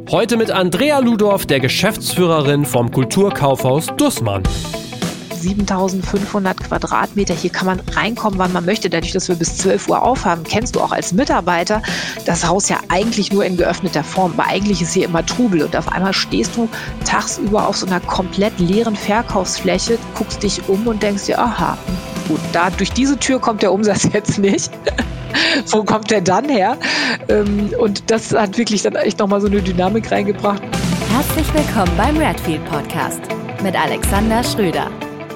Heute mit Andrea Ludorf, der Geschäftsführerin vom Kulturkaufhaus Dussmann. 7.500 Quadratmeter. Hier kann man reinkommen, wann man möchte. Dadurch, dass wir bis 12 Uhr aufhaben, kennst du auch als Mitarbeiter das Haus ja eigentlich nur in geöffneter Form. Aber eigentlich ist hier immer Trubel. Und auf einmal stehst du tagsüber auf so einer komplett leeren Verkaufsfläche, guckst dich um und denkst dir, aha, gut, durch diese Tür kommt der Umsatz jetzt nicht. Wo kommt der dann her? Und das hat wirklich dann echt nochmal so eine Dynamik reingebracht. Herzlich willkommen beim Redfield Podcast mit Alexander Schröder.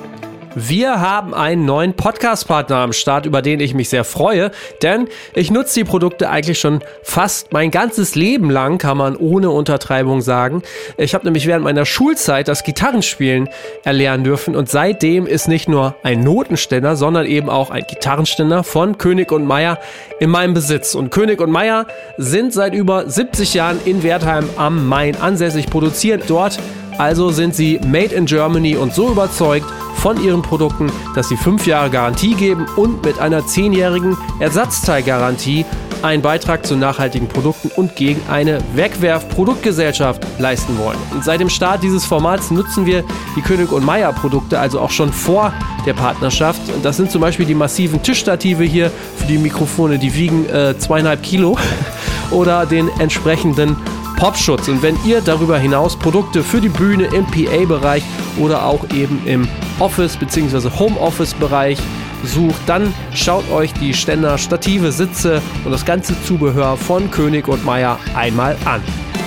Wir haben einen neuen Podcast-Partner am Start, über den ich mich sehr freue, denn ich nutze die Produkte eigentlich schon fast mein ganzes Leben lang, kann man ohne Untertreibung sagen. Ich habe nämlich während meiner Schulzeit das Gitarrenspielen erlernen dürfen und seitdem ist nicht nur ein Notenständer, sondern eben auch ein Gitarrenständer von König & Meier in meinem Besitz. Und König & Meier sind seit über 70 Jahren in Wertheim am Main ansässig, produzieren dort. Also sind sie made in Germany und so überzeugt von ihren Produkten, dass sie 5 Jahre Garantie geben und mit einer 10-jährigen Ersatzteilgarantie einen Beitrag zu nachhaltigen Produkten und gegen eine Wegwerf-Produktgesellschaft leisten wollen. Und seit dem Start dieses Formats nutzen wir die König & Meier Produkte, also auch schon vor der Partnerschaft. Und das sind zum Beispiel die massiven Tischstative hier für die Mikrofone, die wiegen 2,5 Kilo oder den entsprechenden Popschutz. Und wenn ihr darüber hinaus Produkte für die Bühne im PA-Bereich oder auch eben im Office- bzw. Homeoffice-Bereich sucht, dann schaut euch die Ständer, Stative, Sitze und das ganze Zubehör von König & Meier einmal an.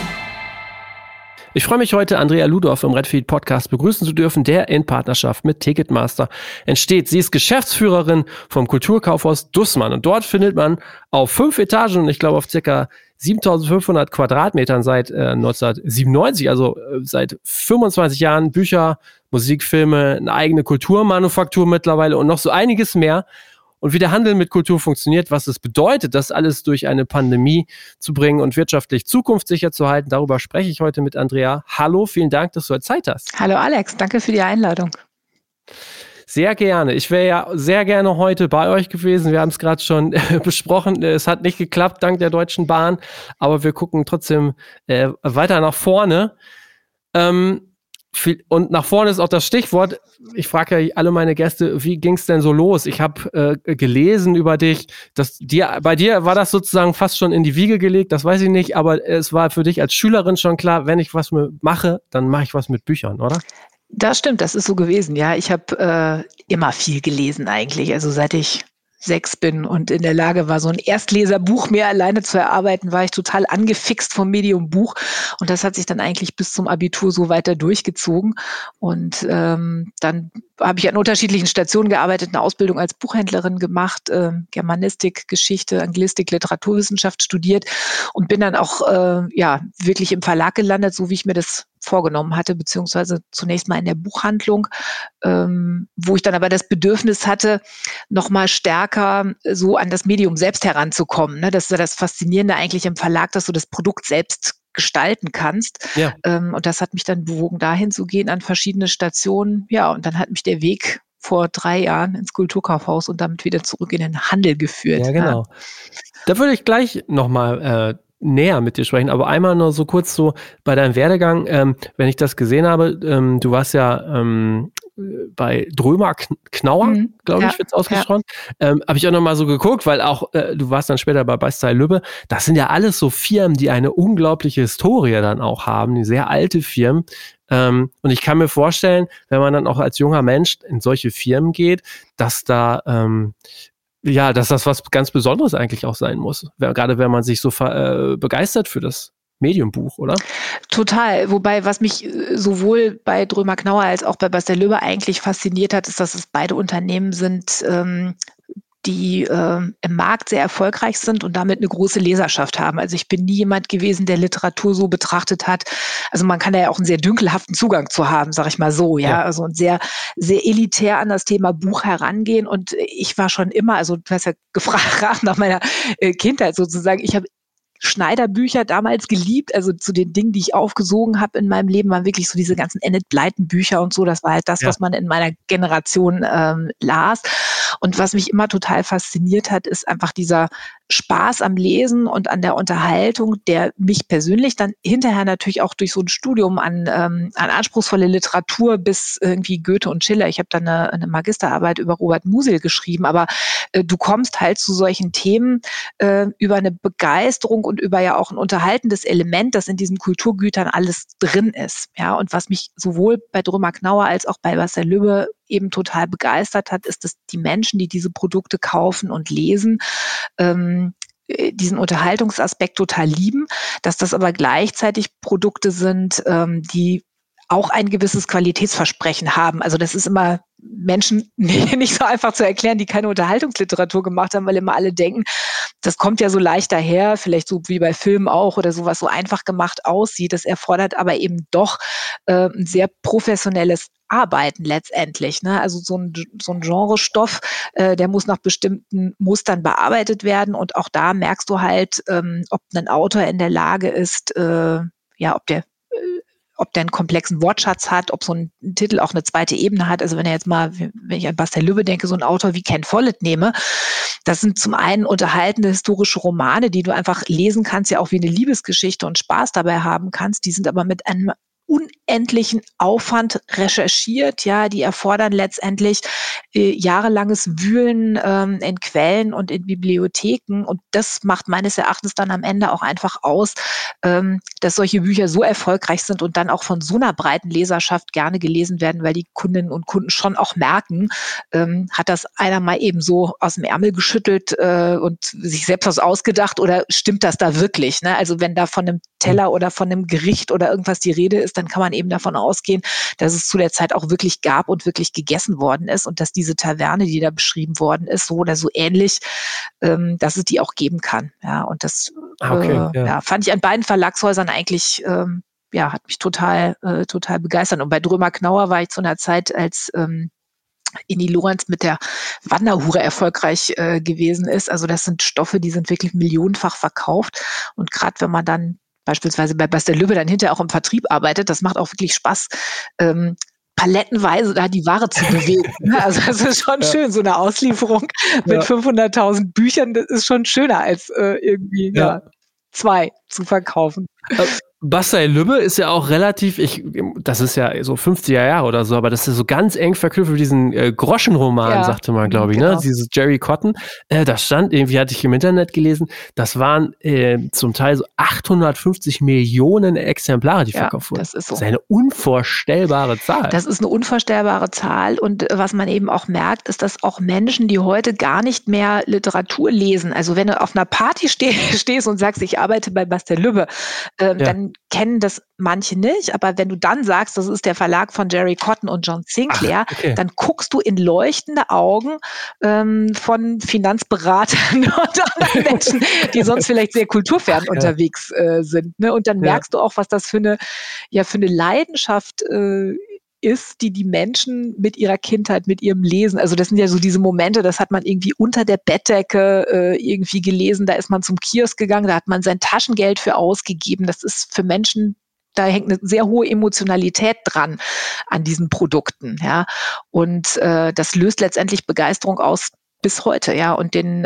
Ich freue mich heute, Andrea Ludorf im Redfield Podcast begrüßen zu dürfen, der in Partnerschaft mit Ticketmaster entsteht. Sie ist Geschäftsführerin vom Kulturkaufhaus Dussmann und dort findet man auf 5 Etagen und ich glaube auf ca. 7.500 Quadratmetern seit 1997, also seit 25 Jahren, Bücher, Musik, Filme, eine eigene Kulturmanufaktur mittlerweile und noch so einiges mehr. Und wie der Handel mit Kultur funktioniert, was es bedeutet, das alles durch eine Pandemie zu bringen und wirtschaftlich zukunftssicher zu halten, darüber spreche ich heute mit Andrea. Hallo, vielen Dank, dass du heute Zeit hast. Hallo Alex, danke für die Einladung. Sehr gerne. Ich wäre ja sehr gerne heute bei euch gewesen. Wir haben es gerade schon besprochen. Es hat nicht geklappt, dank der Deutschen Bahn. Aber wir gucken trotzdem weiter nach vorne. Und nach vorne ist auch das Stichwort. Ich frage ja alle meine Gäste, wie ging es denn so los? Ich habe gelesen über dich, dass bei dir war das sozusagen fast schon in die Wiege gelegt, das weiß ich nicht, aber es war für dich als Schülerin schon klar, wenn ich was mache, dann mache ich was mit Büchern, oder? Das stimmt, das ist so gewesen, ja. Ich habe immer viel gelesen eigentlich, also seit ich 6 bin und in der Lage war, so ein Erstleserbuch mir alleine zu erarbeiten, war ich total angefixt vom Medium Buch und das hat sich dann eigentlich bis zum Abitur so weiter durchgezogen und dann habe ich an unterschiedlichen Stationen gearbeitet, eine Ausbildung als Buchhändlerin gemacht, Germanistik, Geschichte, Anglistik, Literaturwissenschaft studiert und bin dann auch wirklich im Verlag gelandet, so wie ich mir das vorgenommen hatte, beziehungsweise zunächst mal in der Buchhandlung, wo ich dann aber das Bedürfnis hatte, nochmal stärker so an das Medium selbst heranzukommen. Ne? Das ist ja das Faszinierende eigentlich im Verlag, dass du das Produkt selbst gestalten kannst. Ja. Und das hat mich dann bewogen, dahin zu gehen an verschiedene Stationen. Ja, und dann hat mich der Weg vor 3 Jahren ins Kulturkaufhaus und damit wieder zurück in den Handel geführt. Ja, genau. Da würde ich gleich nochmal näher mit dir sprechen, aber einmal nur so kurz so bei deinem Werdegang, wenn ich das gesehen habe, du warst ja bei Drömer Knauer, glaube ich, wird es ausgesprochen. Ja. Habe ich auch nochmal so geguckt, weil auch du warst dann später bei Basteil Lübbe. Das sind ja alles so Firmen, die eine unglaubliche Historie dann auch haben, die sehr alte Firmen. Und ich kann mir vorstellen, wenn man dann auch als junger Mensch in solche Firmen geht, dass da dass das was ganz Besonderes eigentlich auch sein muss. Gerade wenn man sich so begeistert für das Mediumbuch, oder? Total. Wobei, was mich sowohl bei Drömer Knauer als auch bei Basteil Lübbe eigentlich fasziniert hat, ist, dass es beide Unternehmen sind, die im Markt sehr erfolgreich sind und damit eine große Leserschaft haben. Also ich bin nie jemand gewesen, der Literatur so betrachtet hat. Also man kann da ja auch einen sehr dünkelhaften Zugang zu haben, sag ich mal so, ja. Also und sehr, sehr elitär an das Thema Buch herangehen. Und ich war schon immer, also du hast ja gefragt nach meiner Kindheit sozusagen, ich habe Schneiderbücher damals geliebt, also zu den Dingen, die ich aufgesogen habe in meinem Leben, waren wirklich so diese ganzen Enid Blyton Bücher und so, das war halt das, was man in meiner Generation las. Und was mich immer total fasziniert hat, ist einfach dieser Spaß am Lesen und an der Unterhaltung, der mich persönlich dann hinterher natürlich auch durch so ein Studium an anspruchsvolle Literatur bis irgendwie Goethe und Schiller. Ich habe dann eine Magisterarbeit über Robert Musil geschrieben, aber du kommst halt zu solchen Themen über eine Begeisterung und über ja auch ein unterhaltendes Element, das in diesen Kulturgütern alles drin ist. Ja, und was mich sowohl bei Drömer Knauer als auch bei Marcel Lübbe eben total begeistert hat, ist, dass die Menschen, die diese Produkte kaufen und lesen, diesen Unterhaltungsaspekt total lieben, dass das aber gleichzeitig Produkte sind, die auch ein gewisses Qualitätsversprechen haben. Also das ist immer Menschen nicht so einfach zu erklären, die keine Unterhaltungsliteratur gemacht haben, weil immer alle denken, das kommt ja so leicht daher, vielleicht so wie bei Filmen auch oder sowas so einfach gemacht aussieht. Das erfordert aber eben doch ein sehr professionelles Arbeiten letztendlich. Ne? Also so ein Genrestoff, der muss nach bestimmten Mustern bearbeitet werden und auch da merkst du halt, ob ein Autor in der Lage ist, ob der einen komplexen Wortschatz hat, ob so ein Titel auch eine zweite Ebene hat. Also wenn ich an Marcel Lübbe denke, so ein Autor wie Ken Follett nehme, das sind zum einen unterhaltende historische Romane, die du einfach lesen kannst, ja auch wie eine Liebesgeschichte und Spaß dabei haben kannst. Die sind aber mit einem unendlichen Aufwand recherchiert, ja, die erfordern letztendlich jahrelanges Wühlen in Quellen und in Bibliotheken und das macht meines Erachtens dann am Ende auch einfach aus, dass solche Bücher so erfolgreich sind und dann auch von so einer breiten Leserschaft gerne gelesen werden, weil die Kundinnen und Kunden schon auch merken, hat das einer mal eben so aus dem Ärmel geschüttelt und sich selbst was ausgedacht oder stimmt das da wirklich? Ne? Also wenn da von einem Teller oder von einem Gericht oder irgendwas die Rede ist, dann kann man eben davon ausgehen, dass es zu der Zeit auch wirklich gab und wirklich gegessen worden ist und dass diese Taverne, die da beschrieben worden ist, so oder so ähnlich, dass es die auch geben kann. Ja, und das fand ich an beiden Verlagshäusern eigentlich, hat mich total begeistert. Und bei Drömer Knauer war ich zu einer Zeit, als Inni Lorenz mit der Wanderhure erfolgreich gewesen ist. Also das sind Stoffe, die sind wirklich millionenfach verkauft. Und gerade wenn man dann beispielsweise bei Marcel Lübbe dann hinterher auch im Vertrieb arbeitet, das macht auch wirklich Spaß, palettenweise da die Ware zu bewegen. Also das ist schon schön, so eine Auslieferung mit 500.000 Büchern, das ist schon schöner als irgendwie 2 zu verkaufen. Marcel Lübbe ist ja auch relativ, das ist ja so 50er Jahre oder so, aber das ist so ganz eng verknüpft mit diesen Groschenroman, sagte man, glaube ich, genau. Ne? Dieses Jerry Cotton. Das stand, irgendwie hatte ich im Internet gelesen, das waren zum Teil so 850 Millionen Exemplare, die verkauft wurden. Das ist so. Das ist eine unvorstellbare Zahl. Das ist eine unvorstellbare Zahl und was man eben auch merkt, ist, dass auch Menschen, die heute gar nicht mehr Literatur lesen, also wenn du auf einer Party stehst und sagst, ich arbeite bei Marcel Lübbe, dann kennen das manche nicht, aber wenn du dann sagst, das ist der Verlag von Jerry Cotton und John Sinclair, dann guckst du in leuchtende Augen von Finanzberatern und anderen Menschen, die sonst vielleicht sehr kulturfern unterwegs sind. Ne? Und dann merkst du auch, was das für eine Leidenschaft ist, die Menschen mit ihrer Kindheit, mit ihrem Lesen, also das sind ja so diese Momente, das hat man irgendwie unter der Bettdecke irgendwie gelesen, da ist man zum Kiosk gegangen, da hat man sein Taschengeld für ausgegeben, das ist für Menschen, da hängt eine sehr hohe Emotionalität dran an diesen Produkten, ja, und das löst letztendlich Begeisterung aus bis heute, ja, und den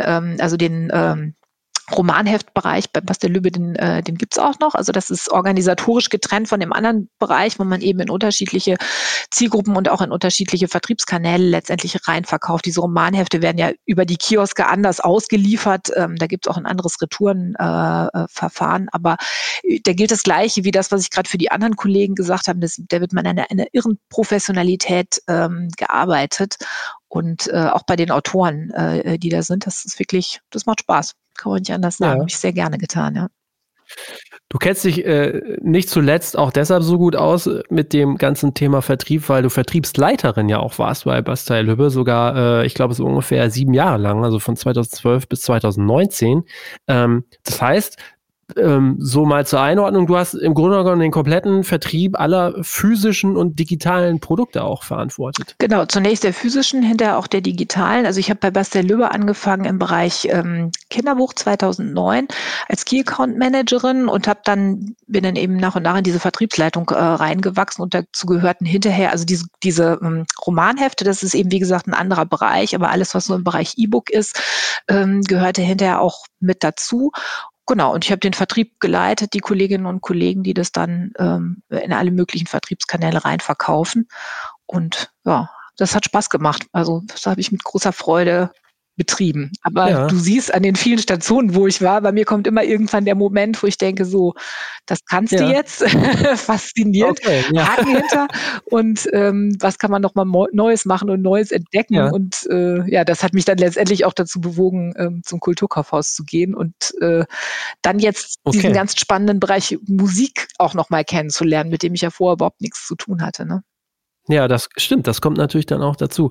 Romanheftbereich bei Marcel Lübbe, den gibt's auch noch. Also das ist organisatorisch getrennt von dem anderen Bereich, wo man eben in unterschiedliche Zielgruppen und auch in unterschiedliche Vertriebskanäle letztendlich rein verkauft. Diese Romanhefte werden ja über die Kioske anders ausgeliefert. Da gibt's auch ein anderes Retourenverfahren. Aber da gilt das Gleiche wie das, was ich gerade für die anderen Kollegen gesagt habe. Da wird man in einer irren Professionalität gearbeitet. Und auch bei den Autoren, die da sind, das ist wirklich, das macht Spaß. Kann man nicht anders sagen. Habe ich sehr gerne getan, ja. Du kennst dich nicht zuletzt auch deshalb so gut aus mit dem ganzen Thema Vertrieb, weil du Vertriebsleiterin ja auch warst bei Marcel Lübbe, sogar, ich glaube, so ungefähr 7 Jahre lang, also von 2012 bis 2019. Das heißt, So mal zur Einordnung, du hast im Grunde genommen den kompletten Vertrieb aller physischen und digitalen Produkte auch verantwortet. Genau, zunächst der physischen, hinterher auch der digitalen. Also ich habe bei Bastel Lübbe angefangen im Bereich Kinderbuch 2009 als Key Account Managerin und bin dann eben nach und nach in diese Vertriebsleitung reingewachsen und dazu gehörten hinterher, also diese Romanhefte, das ist eben wie gesagt ein anderer Bereich, aber alles, was so im Bereich E-Book ist, gehörte hinterher auch mit dazu. Genau, und ich habe den Vertrieb geleitet, die Kolleginnen und Kollegen, die das dann in alle möglichen Vertriebskanäle rein verkaufen. Und ja, das hat Spaß gemacht. Also das habe ich mit großer Freude betrieben. Aber du siehst an den vielen Stationen, wo ich war, bei mir kommt immer irgendwann der Moment, wo ich denke, so, das kannst du jetzt, fasziniert, Haken hinter und was kann man noch mal Neues machen und Neues entdecken. Ja. Und das hat mich dann letztendlich auch dazu bewogen, zum Kulturkaufhaus zu gehen und dann jetzt diesen ganz spannenden Bereich Musik auch noch mal kennenzulernen, mit dem ich ja vorher überhaupt nichts zu tun hatte. Ne? Ja, das stimmt, das kommt natürlich dann auch dazu.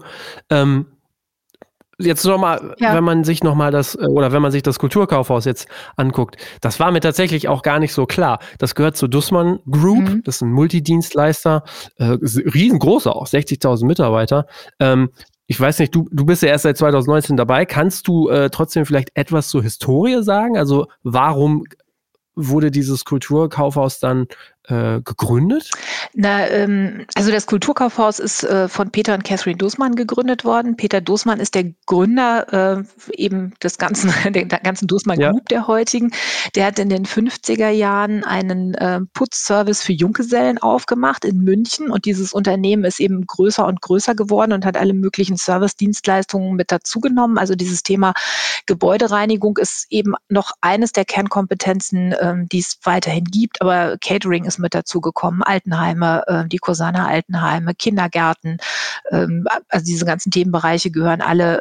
Jetzt nochmal, wenn man sich das Kulturkaufhaus jetzt anguckt, das war mir tatsächlich auch gar nicht so klar. Das gehört zur Dussmann Group, das ist ein Multidienstleister, riesengroßer auch, 60.000 Mitarbeiter. Ich weiß nicht, du bist ja erst seit 2019 dabei. Kannst du trotzdem vielleicht etwas zur Historie sagen? Also warum wurde dieses Kulturkaufhaus dann gegründet? Also das Kulturkaufhaus ist von Peter und Catherine Dussmann gegründet worden. Peter Dussmann ist der Gründer eben der ganzen Dussmann Group der heutigen. Der hat in den 50er Jahren einen Putzservice für Junggesellen aufgemacht in München und dieses Unternehmen ist eben größer und größer geworden und hat alle möglichen Service-Dienstleistungen mit dazugenommen. Also dieses Thema Gebäudereinigung ist eben noch eines der Kernkompetenzen, die es weiterhin gibt, aber Catering ist mit dazu gekommen, Altenheime, die Corsana Altenheime, Kindergärten, also diese ganzen Themenbereiche gehören alle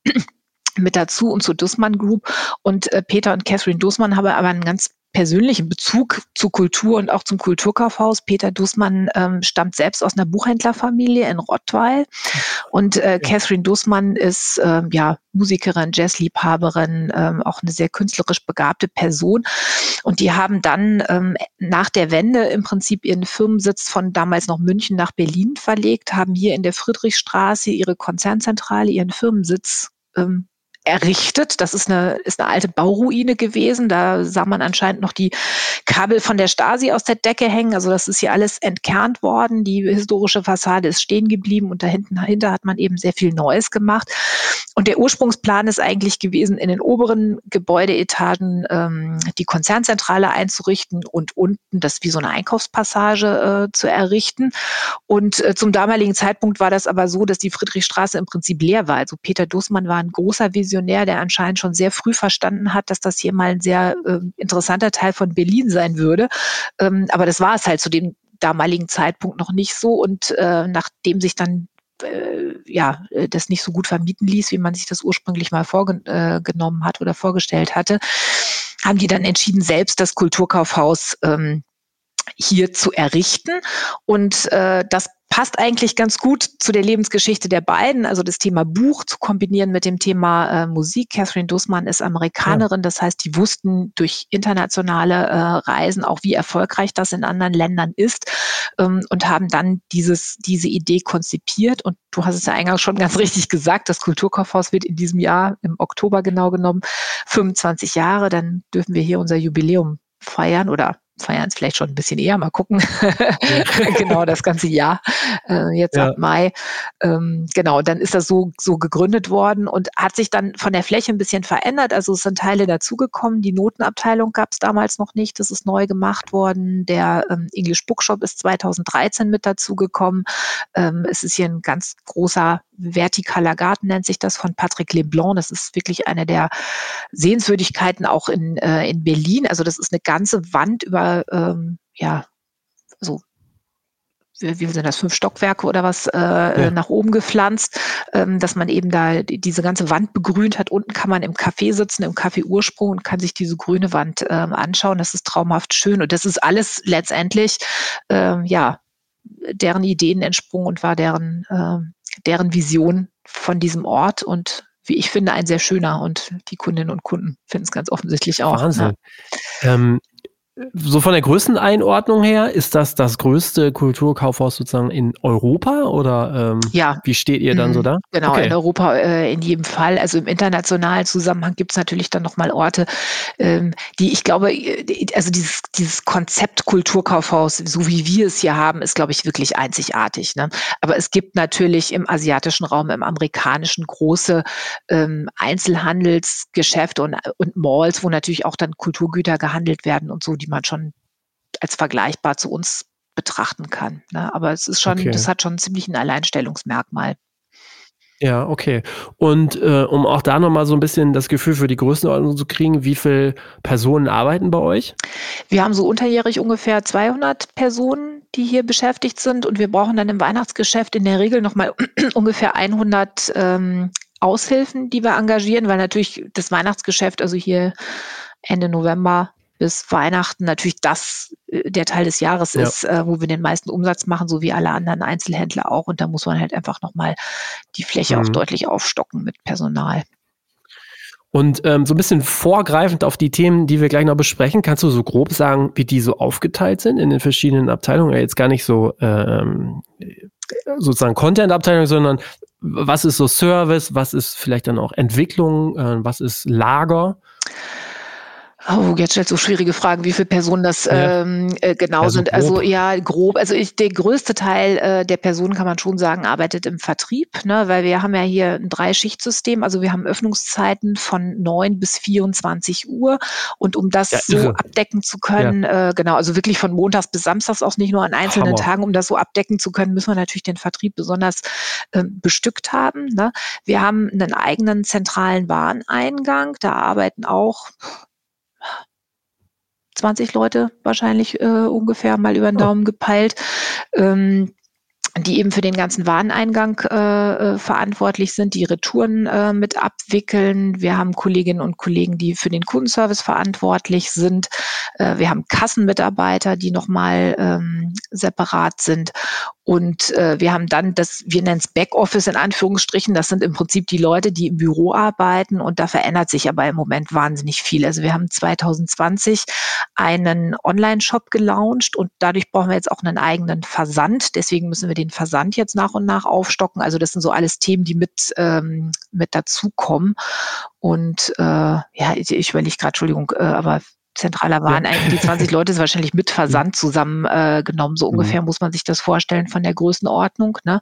mit dazu und zur Dussmann Group. Und Peter und Catherine Dussmann haben aber einen ganz persönlichen Bezug zu Kultur und auch zum Kulturkaufhaus. Peter Dussmann stammt selbst aus einer Buchhändlerfamilie in Rottweil und Catherine Dussmann ist Musikerin, Jazzliebhaberin, auch eine sehr künstlerisch begabte Person. Und die haben dann nach der Wende im Prinzip ihren Firmensitz von damals noch München nach Berlin verlegt, haben hier in der Friedrichstraße ihre Konzernzentrale, ihren Firmensitz errichtet. Das ist eine alte Bauruine gewesen. Da sah man anscheinend noch die Kabel von der Stasi aus der Decke hängen. Also das ist hier alles entkernt worden. Die historische Fassade ist stehen geblieben und dahinter hat man eben sehr viel Neues gemacht. Und der Ursprungsplan ist eigentlich gewesen, in den oberen Gebäudeetagen die Konzernzentrale einzurichten und unten das wie so eine Einkaufspassage zu errichten. Und zum damaligen Zeitpunkt war das aber so, dass die Friedrichstraße im Prinzip leer war. Also Peter Dussmann war ein großer Visionär, der anscheinend schon sehr früh verstanden hat, dass das hier mal ein sehr interessanter Teil von Berlin sein würde. Aber das war es halt zu dem damaligen Zeitpunkt noch nicht so. Und nachdem sich dann das nicht so gut vermieten ließ, wie man sich das ursprünglich mal vorgenommen hat oder vorgestellt hatte, haben die dann entschieden, selbst das Kulturkaufhaus hier zu errichten. Und das passt eigentlich ganz gut zu der Lebensgeschichte der beiden, also das Thema Buch zu kombinieren mit dem Thema Musik. Catherine Dussmann ist Amerikanerin, das heißt, die wussten durch internationale Reisen auch, wie erfolgreich das in anderen Ländern ist und haben dann diese Idee konzipiert. Und du hast es ja eingangs schon ganz richtig gesagt, das Kulturkaufhaus wird in diesem Jahr, im Oktober genau genommen, 25 Jahre. Dann dürfen wir hier unser Jubiläum feiern oder feiern es vielleicht schon ein bisschen eher, mal gucken. Ja. Genau, das ganze Jahr, jetzt ab Mai. Genau, dann ist das so gegründet worden und hat sich dann von der Fläche ein bisschen verändert. Also es sind Teile dazugekommen. Die Notenabteilung gab es damals noch nicht. Das ist neu gemacht worden. Der English Bookshop ist 2013 mit dazugekommen. Es ist hier ein ganz großer vertikaler Garten, nennt sich das, von Patrick Leblanc. Das ist wirklich eine der Sehenswürdigkeiten auch in Berlin. Also das ist eine ganze Wand über wie sind das, 5 Stockwerke oder was nach oben gepflanzt, dass man eben da diese ganze Wand begrünt hat. Unten kann man im Café sitzen, im Café Ursprung und kann sich diese grüne Wand anschauen. Das ist traumhaft schön und das ist alles letztendlich deren Ideen entsprungen und war deren Vision von diesem Ort und wie ich finde, ein sehr schöner und die Kundinnen und Kunden finden es ganz offensichtlich auch. Wahnsinn. Ja. So von der Größeneinordnung her, ist das größte Kulturkaufhaus sozusagen in Europa oder Ja. wie steht ihr dann so da? Genau, Okay. in Europa in jedem Fall. Also im internationalen Zusammenhang gibt es natürlich dann nochmal Orte, die ich glaube, also dieses Konzept Kulturkaufhaus, so wie wir es hier haben, ist, glaube ich, wirklich einzigartig. Ne? Aber es gibt natürlich im asiatischen Raum, im amerikanischen große Einzelhandelsgeschäfte und Malls, wo natürlich auch dann Kulturgüter gehandelt werden und so, die man schon als vergleichbar zu uns betrachten kann. Ne? Aber es ist schon, Okay. das hat schon ziemlich ein Alleinstellungsmerkmal. Ja, okay. Und um auch da nochmal so ein bisschen das Gefühl für die Größenordnung zu kriegen, wie viele Personen arbeiten bei euch? Wir haben so unterjährig ungefähr 200 Personen, die hier beschäftigt sind und wir brauchen dann im Weihnachtsgeschäft in der Regel nochmal ungefähr 100 Aushilfen, die wir engagieren, weil natürlich das Weihnachtsgeschäft, also hier Ende November bis Weihnachten natürlich der Teil des Jahres ist, wo wir den meisten Umsatz machen, so wie alle anderen Einzelhändler auch. Und da muss man halt einfach nochmal die Fläche auch deutlich aufstocken mit Personal. Und so ein bisschen vorgreifend auf die Themen, die wir gleich noch besprechen, kannst du so grob sagen, wie die so aufgeteilt sind in den verschiedenen Abteilungen? Jetzt gar nicht so sozusagen Content-Abteilung, sondern was ist so Service, was ist vielleicht dann auch Entwicklung, was ist Lager? Oh, jetzt stellst du schwierige Fragen, wie viele Personen das genau sind. Also ja, grob. Also der größte Teil der Personen, kann man schon sagen, arbeitet im Vertrieb, ne? Weil wir haben ja hier ein 3-Schicht-System. Also wir haben Öffnungszeiten von 9 bis 24 Uhr. Und um das so abdecken zu können, genau, also wirklich von montags bis samstags, auch nicht nur an einzelnen Tagen, um das so abdecken zu können, müssen wir natürlich den Vertrieb besonders bestückt haben. Ne? Wir haben einen eigenen zentralen Wareneingang. Da arbeiten auch 20 Leute wahrscheinlich ungefähr mal über den Daumen gepeilt, die eben für den ganzen Wareneingang verantwortlich sind, die Retouren mit abwickeln. Wir haben Kolleginnen und Kollegen, die für den Kundenservice verantwortlich sind. Wir haben Kassenmitarbeiter, die nochmal separat sind. Und wir haben dann wir nennen es Backoffice in Anführungsstrichen. Das sind im Prinzip die Leute, die im Büro arbeiten. Und da verändert sich aber im Moment wahnsinnig viel. Also wir haben 2020 einen Online-Shop gelauncht und dadurch brauchen wir jetzt auch einen eigenen Versand. Deswegen müssen wir den Versand jetzt nach und nach aufstocken. Also das sind so alles Themen, die mit dazukommen. Und ich überlege gerade, Entschuldigung, aber zentraler Wareneingang, die 20 Leute ist wahrscheinlich mit Versand zusammengenommen. So ungefähr muss man sich das vorstellen von der Größenordnung. Ne?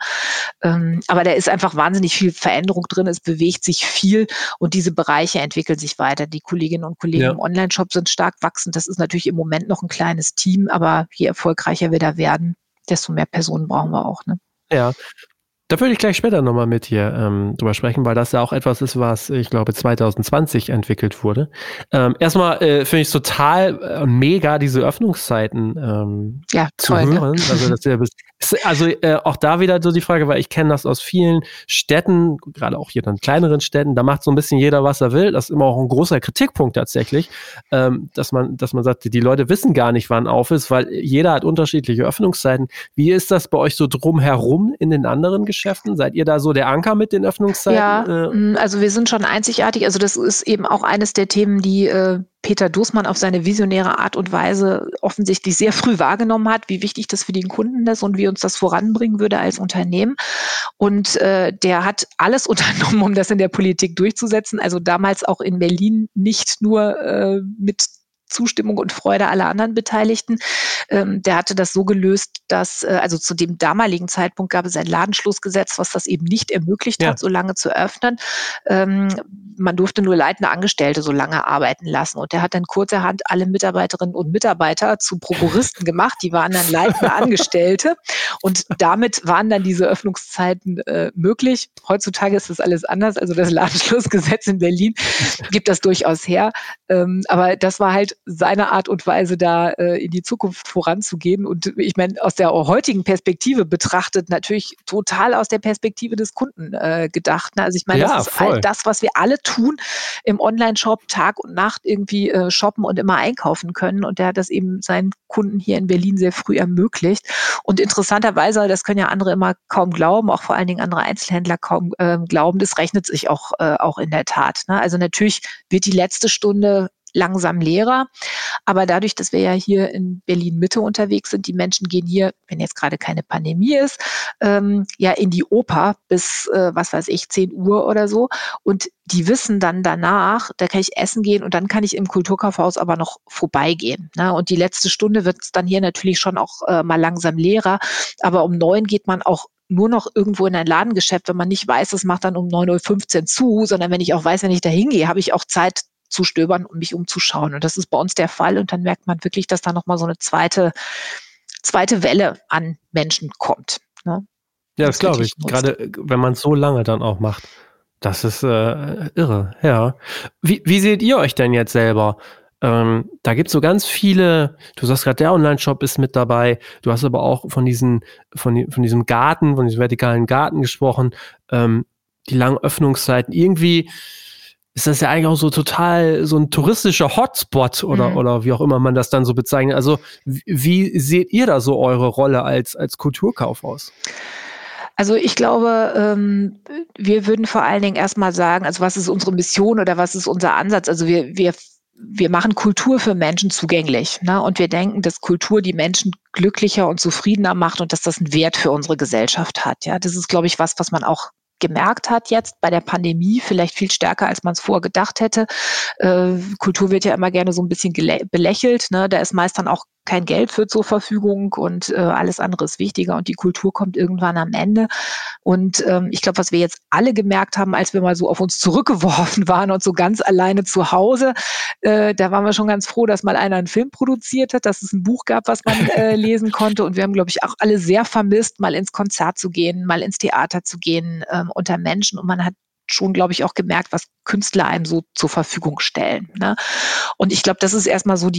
Aber da ist einfach wahnsinnig viel Veränderung drin. Es bewegt sich viel und diese Bereiche entwickeln sich weiter. Die Kolleginnen und Kollegen im Online-Shop sind stark wachsend. Das ist natürlich im Moment noch ein kleines Team, aber je erfolgreicher wir da werden, desto mehr Personen brauchen wir auch. Ne? Ja. Da würde ich gleich später nochmal mit dir drüber sprechen, weil das ja auch etwas ist, was, ich glaube, 2020 entwickelt wurde. Erstmal finde ich es total mega, diese Öffnungszeiten zu toll, hören. Ne? Also auch da wieder so die Frage, weil ich kenne das aus vielen Städten, gerade auch hier dann kleineren Städten, da macht so ein bisschen jeder, was er will. Das ist immer auch ein großer Kritikpunkt tatsächlich, dass man sagt, die Leute wissen gar nicht, wann auf ist, weil jeder hat unterschiedliche Öffnungszeiten. Wie ist das bei euch so drumherum in den anderen Geschäften? Seid ihr da so der Anker mit den Öffnungszeiten? Ja, also wir sind schon einzigartig. Also das ist eben auch eines der Themen, die Peter Doßmann auf seine visionäre Art und Weise offensichtlich sehr früh wahrgenommen hat, wie wichtig das für den Kunden ist und wie uns das voranbringen würde als Unternehmen. Und der hat alles unternommen, um das in der Politik durchzusetzen. Also damals auch in Berlin nicht nur mit Zustimmung und Freude aller anderen Beteiligten. Der hatte das so gelöst, dass, also zu dem damaligen Zeitpunkt gab es ein Ladenschlussgesetz, was das eben nicht ermöglicht hat, so lange zu öffnen. Man durfte nur leitende Angestellte so lange arbeiten lassen. Und der hat dann kurzerhand alle Mitarbeiterinnen und Mitarbeiter zu Prokuristen gemacht. Die waren dann leitende Angestellte. Und damit waren dann diese Öffnungszeiten möglich. Heutzutage ist das alles anders. Also das Ladenschlussgesetz in Berlin gibt das durchaus her. Aber das war halt seine Art und Weise, da in die Zukunft voranzugehen. Und ich meine, aus der heutigen Perspektive betrachtet, natürlich total aus der Perspektive des Kunden gedacht. Ne? Also ich meine, das ist all das, was wir alle tun im Online-Shop, Tag und Nacht irgendwie shoppen und immer einkaufen können. Und der hat das eben seinen Kunden hier in Berlin sehr früh ermöglicht. Und interessanterweise, das können ja andere immer kaum glauben, auch vor allen Dingen andere Einzelhändler kaum glauben, das rechnet sich auch in der Tat. Ne? Also natürlich wird die letzte Stunde langsam leerer. Aber dadurch, dass wir ja hier in Berlin-Mitte unterwegs sind, die Menschen gehen hier, wenn jetzt gerade keine Pandemie ist, ja in die Oper bis, 10 Uhr oder so. Und die wissen dann danach, da kann ich essen gehen und dann kann ich im Kulturkaufhaus aber noch vorbeigehen. Ne? Und die letzte Stunde wird es dann hier natürlich schon auch mal langsam leerer. Aber um 9 geht man auch nur noch irgendwo in ein Ladengeschäft, wenn man nicht weiß, es macht dann um 9:15 Uhr zu, sondern wenn ich auch weiß, wenn ich da hingehe, habe ich auch Zeit zu stöbern und mich umzuschauen. Und das ist bei uns der Fall. Und dann merkt man wirklich, dass da nochmal so eine zweite Welle an Menschen kommt. Ne? Ja, das glaube ich. Gerade wenn man es so lange dann auch macht. Das ist irre, ja. Wie seht ihr euch denn jetzt selber? Da gibt es so ganz viele, du sagst gerade, der Online-Shop ist mit dabei, du hast aber auch von diesem Garten, von diesem vertikalen Garten gesprochen, die langen Öffnungszeiten. Irgendwie ist das ja eigentlich auch so total so ein touristischer Hotspot oder wie auch immer man das dann so bezeichnet. Also wie seht ihr da so eure Rolle als Kulturkaufhaus? Also ich glaube, wir würden vor allen Dingen erstmal sagen, also was ist unsere Mission oder was ist unser Ansatz? Also wir machen Kultur für Menschen zugänglich, ne? Und wir denken, dass Kultur die Menschen glücklicher und zufriedener macht und dass das einen Wert für unsere Gesellschaft hat. Ja, das ist, glaube ich, was man auch gemerkt hat jetzt bei der Pandemie, vielleicht viel stärker, als man es vorher gedacht hätte. Kultur wird ja immer gerne so ein bisschen belächelt, ne? Da ist meist dann auch kein Geld für zur Verfügung und alles andere ist wichtiger und die Kultur kommt irgendwann am Ende. Und ich glaube, was wir jetzt alle gemerkt haben, als wir mal so auf uns zurückgeworfen waren und so ganz alleine zu Hause, da waren wir schon ganz froh, dass mal einer einen Film produziert hat, dass es ein Buch gab, was man lesen konnte. Und wir haben, glaube ich, auch alle sehr vermisst, mal ins Konzert zu gehen, mal ins Theater zu gehen, unter Menschen. Und man hat schon, glaube ich, auch gemerkt, was Künstler einem so zur Verfügung stellen. Ne? Und ich glaube, das ist erstmal so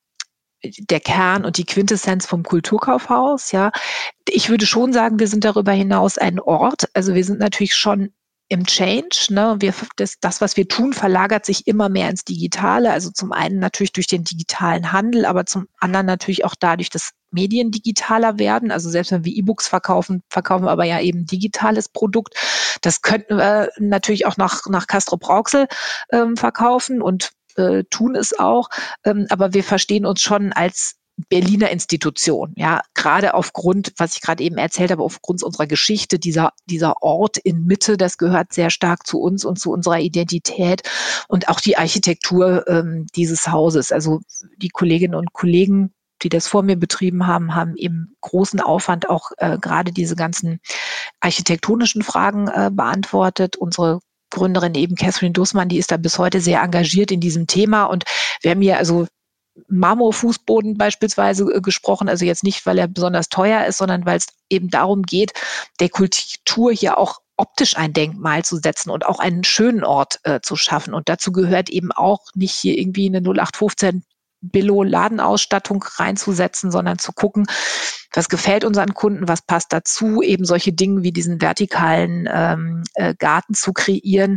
der Kern und die Quintessenz vom Kulturkaufhaus. Ja, ich würde schon sagen, wir sind darüber hinaus ein Ort. Also wir sind natürlich schon im Change. Ne? Das, was wir tun, verlagert sich immer mehr ins Digitale. Also zum einen natürlich durch den digitalen Handel, aber zum anderen natürlich auch dadurch, dass Medien digitaler werden. Also selbst wenn wir E-Books verkaufen wir aber ja eben digitales Produkt. Das könnten wir natürlich auch nach Castrop-Rauxel verkaufen und tun es auch. Aber wir verstehen uns schon als Berliner Institution, ja, gerade aufgrund, was ich gerade eben erzählt habe, aufgrund unserer Geschichte, dieser Ort in Mitte, das gehört sehr stark zu uns und zu unserer Identität und auch die Architektur dieses Hauses. Also die Kolleginnen und Kollegen, die das vor mir betrieben haben, haben eben großen Aufwand auch gerade diese ganzen architektonischen Fragen beantwortet. Unsere Gründerin eben Catherine Dussmann, die ist da bis heute sehr engagiert in diesem Thema und wir haben hier also Marmorfußboden beispielsweise gesprochen, also jetzt nicht, weil er besonders teuer ist, sondern weil es eben darum geht, der Kultur hier auch optisch ein Denkmal zu setzen und auch einen schönen Ort zu schaffen. Und dazu gehört eben auch nicht hier irgendwie eine 0815 Billo-Ladenausstattung reinzusetzen, sondern zu gucken, was gefällt unseren Kunden, was passt dazu, eben solche Dinge wie diesen vertikalen Garten zu kreieren,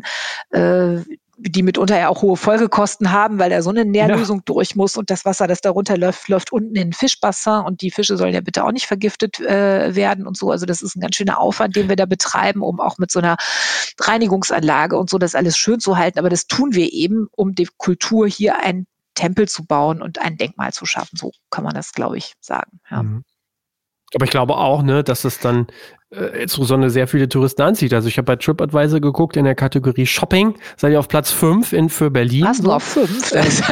die mitunter ja auch hohe Folgekosten haben, weil da so eine Nährlösung durch muss und das Wasser, das darunter läuft unten in ein Fischbassin und die Fische sollen ja bitte auch nicht vergiftet werden und so. Also das ist ein ganz schöner Aufwand, den wir da betreiben, um auch mit so einer Reinigungsanlage und so das alles schön zu halten. Aber das tun wir eben, um die Kultur hier ein Tempel zu bauen und ein Denkmal zu schaffen. So kann man das, glaube ich, sagen. Ja. Aber ich glaube auch, ne, dass es dann insbesondere sehr viele Touristen anzieht. Also ich habe bei TripAdvisor geguckt in der Kategorie Shopping, seid ihr auf Platz 5 für Berlin. Was, nur auf 5?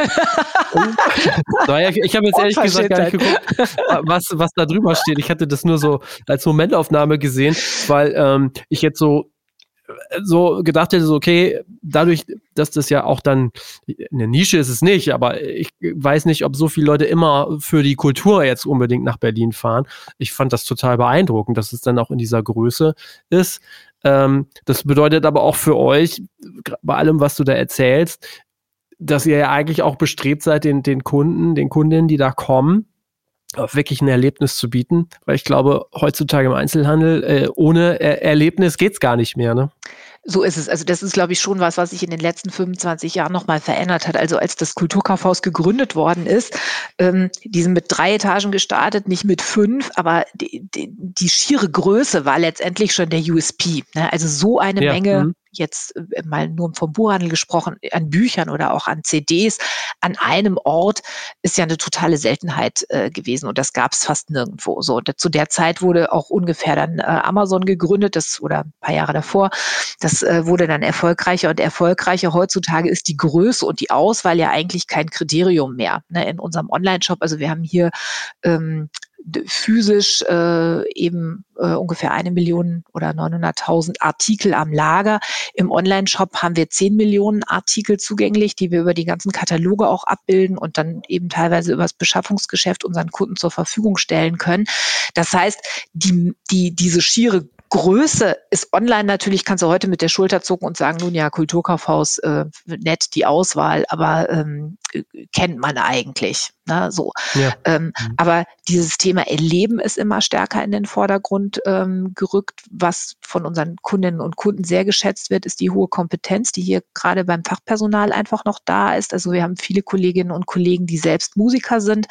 Naja, ich habe jetzt ehrlich gesagt gar nicht geguckt, was da drüber steht. Ich hatte das nur so als Momentaufnahme gesehen, weil ich jetzt so gedacht hätte, so okay, dadurch, dass das ja auch dann eine Nische ist es nicht, aber ich weiß nicht, ob so viele Leute immer für die Kultur jetzt unbedingt nach Berlin fahren. Ich fand das total beeindruckend, dass es dann auch in dieser Größe ist. Das bedeutet aber auch für euch, bei allem, was du da erzählst, dass ihr ja eigentlich auch bestrebt seid, den Kunden, den Kundinnen, die da kommen, wirklich ein Erlebnis zu bieten, weil ich glaube, heutzutage im Einzelhandel ohne Erlebnis geht's gar nicht mehr, ne? So ist es. Also das ist, glaube ich, schon was sich in den letzten 25 Jahren nochmal verändert hat. Also als das Kulturkaufhaus gegründet worden ist, die sind mit 3 Etagen gestartet, nicht mit 5, aber die schiere Größe war letztendlich schon der USP. Ne? Also so eine Menge, jetzt mal nur vom Buchhandel gesprochen, an Büchern oder auch an CDs an einem Ort ist ja eine totale Seltenheit gewesen und das gab es fast nirgendwo. So, und zu der Zeit wurde auch ungefähr dann Amazon gegründet, oder ein paar Jahre davor. Das wurde dann erfolgreicher und erfolgreicher. Heutzutage ist die Größe und die Auswahl ja eigentlich kein Kriterium mehr, ne, in unserem Online-Shop. Also wir haben hier physisch ungefähr 1 Million oder 900.000 Artikel am Lager. Im Online-Shop haben wir 10 Millionen Artikel zugänglich, die wir über die ganzen Kataloge auch abbilden und dann eben teilweise über das Beschaffungsgeschäft unseren Kunden zur Verfügung stellen können. Das heißt, diese schiere Größe ist online natürlich, kannst du heute mit der Schulter zucken und sagen, nun ja, Kulturkaufhaus, nett die Auswahl, aber kennt man eigentlich. Ne, so. Ja. Aber dieses Thema Erleben ist immer stärker in den Vordergrund gerückt. Was von unseren Kundinnen und Kunden sehr geschätzt wird, ist die hohe Kompetenz, die hier gerade beim Fachpersonal einfach noch da ist. Also wir haben viele Kolleginnen und Kollegen, die selbst Musiker sind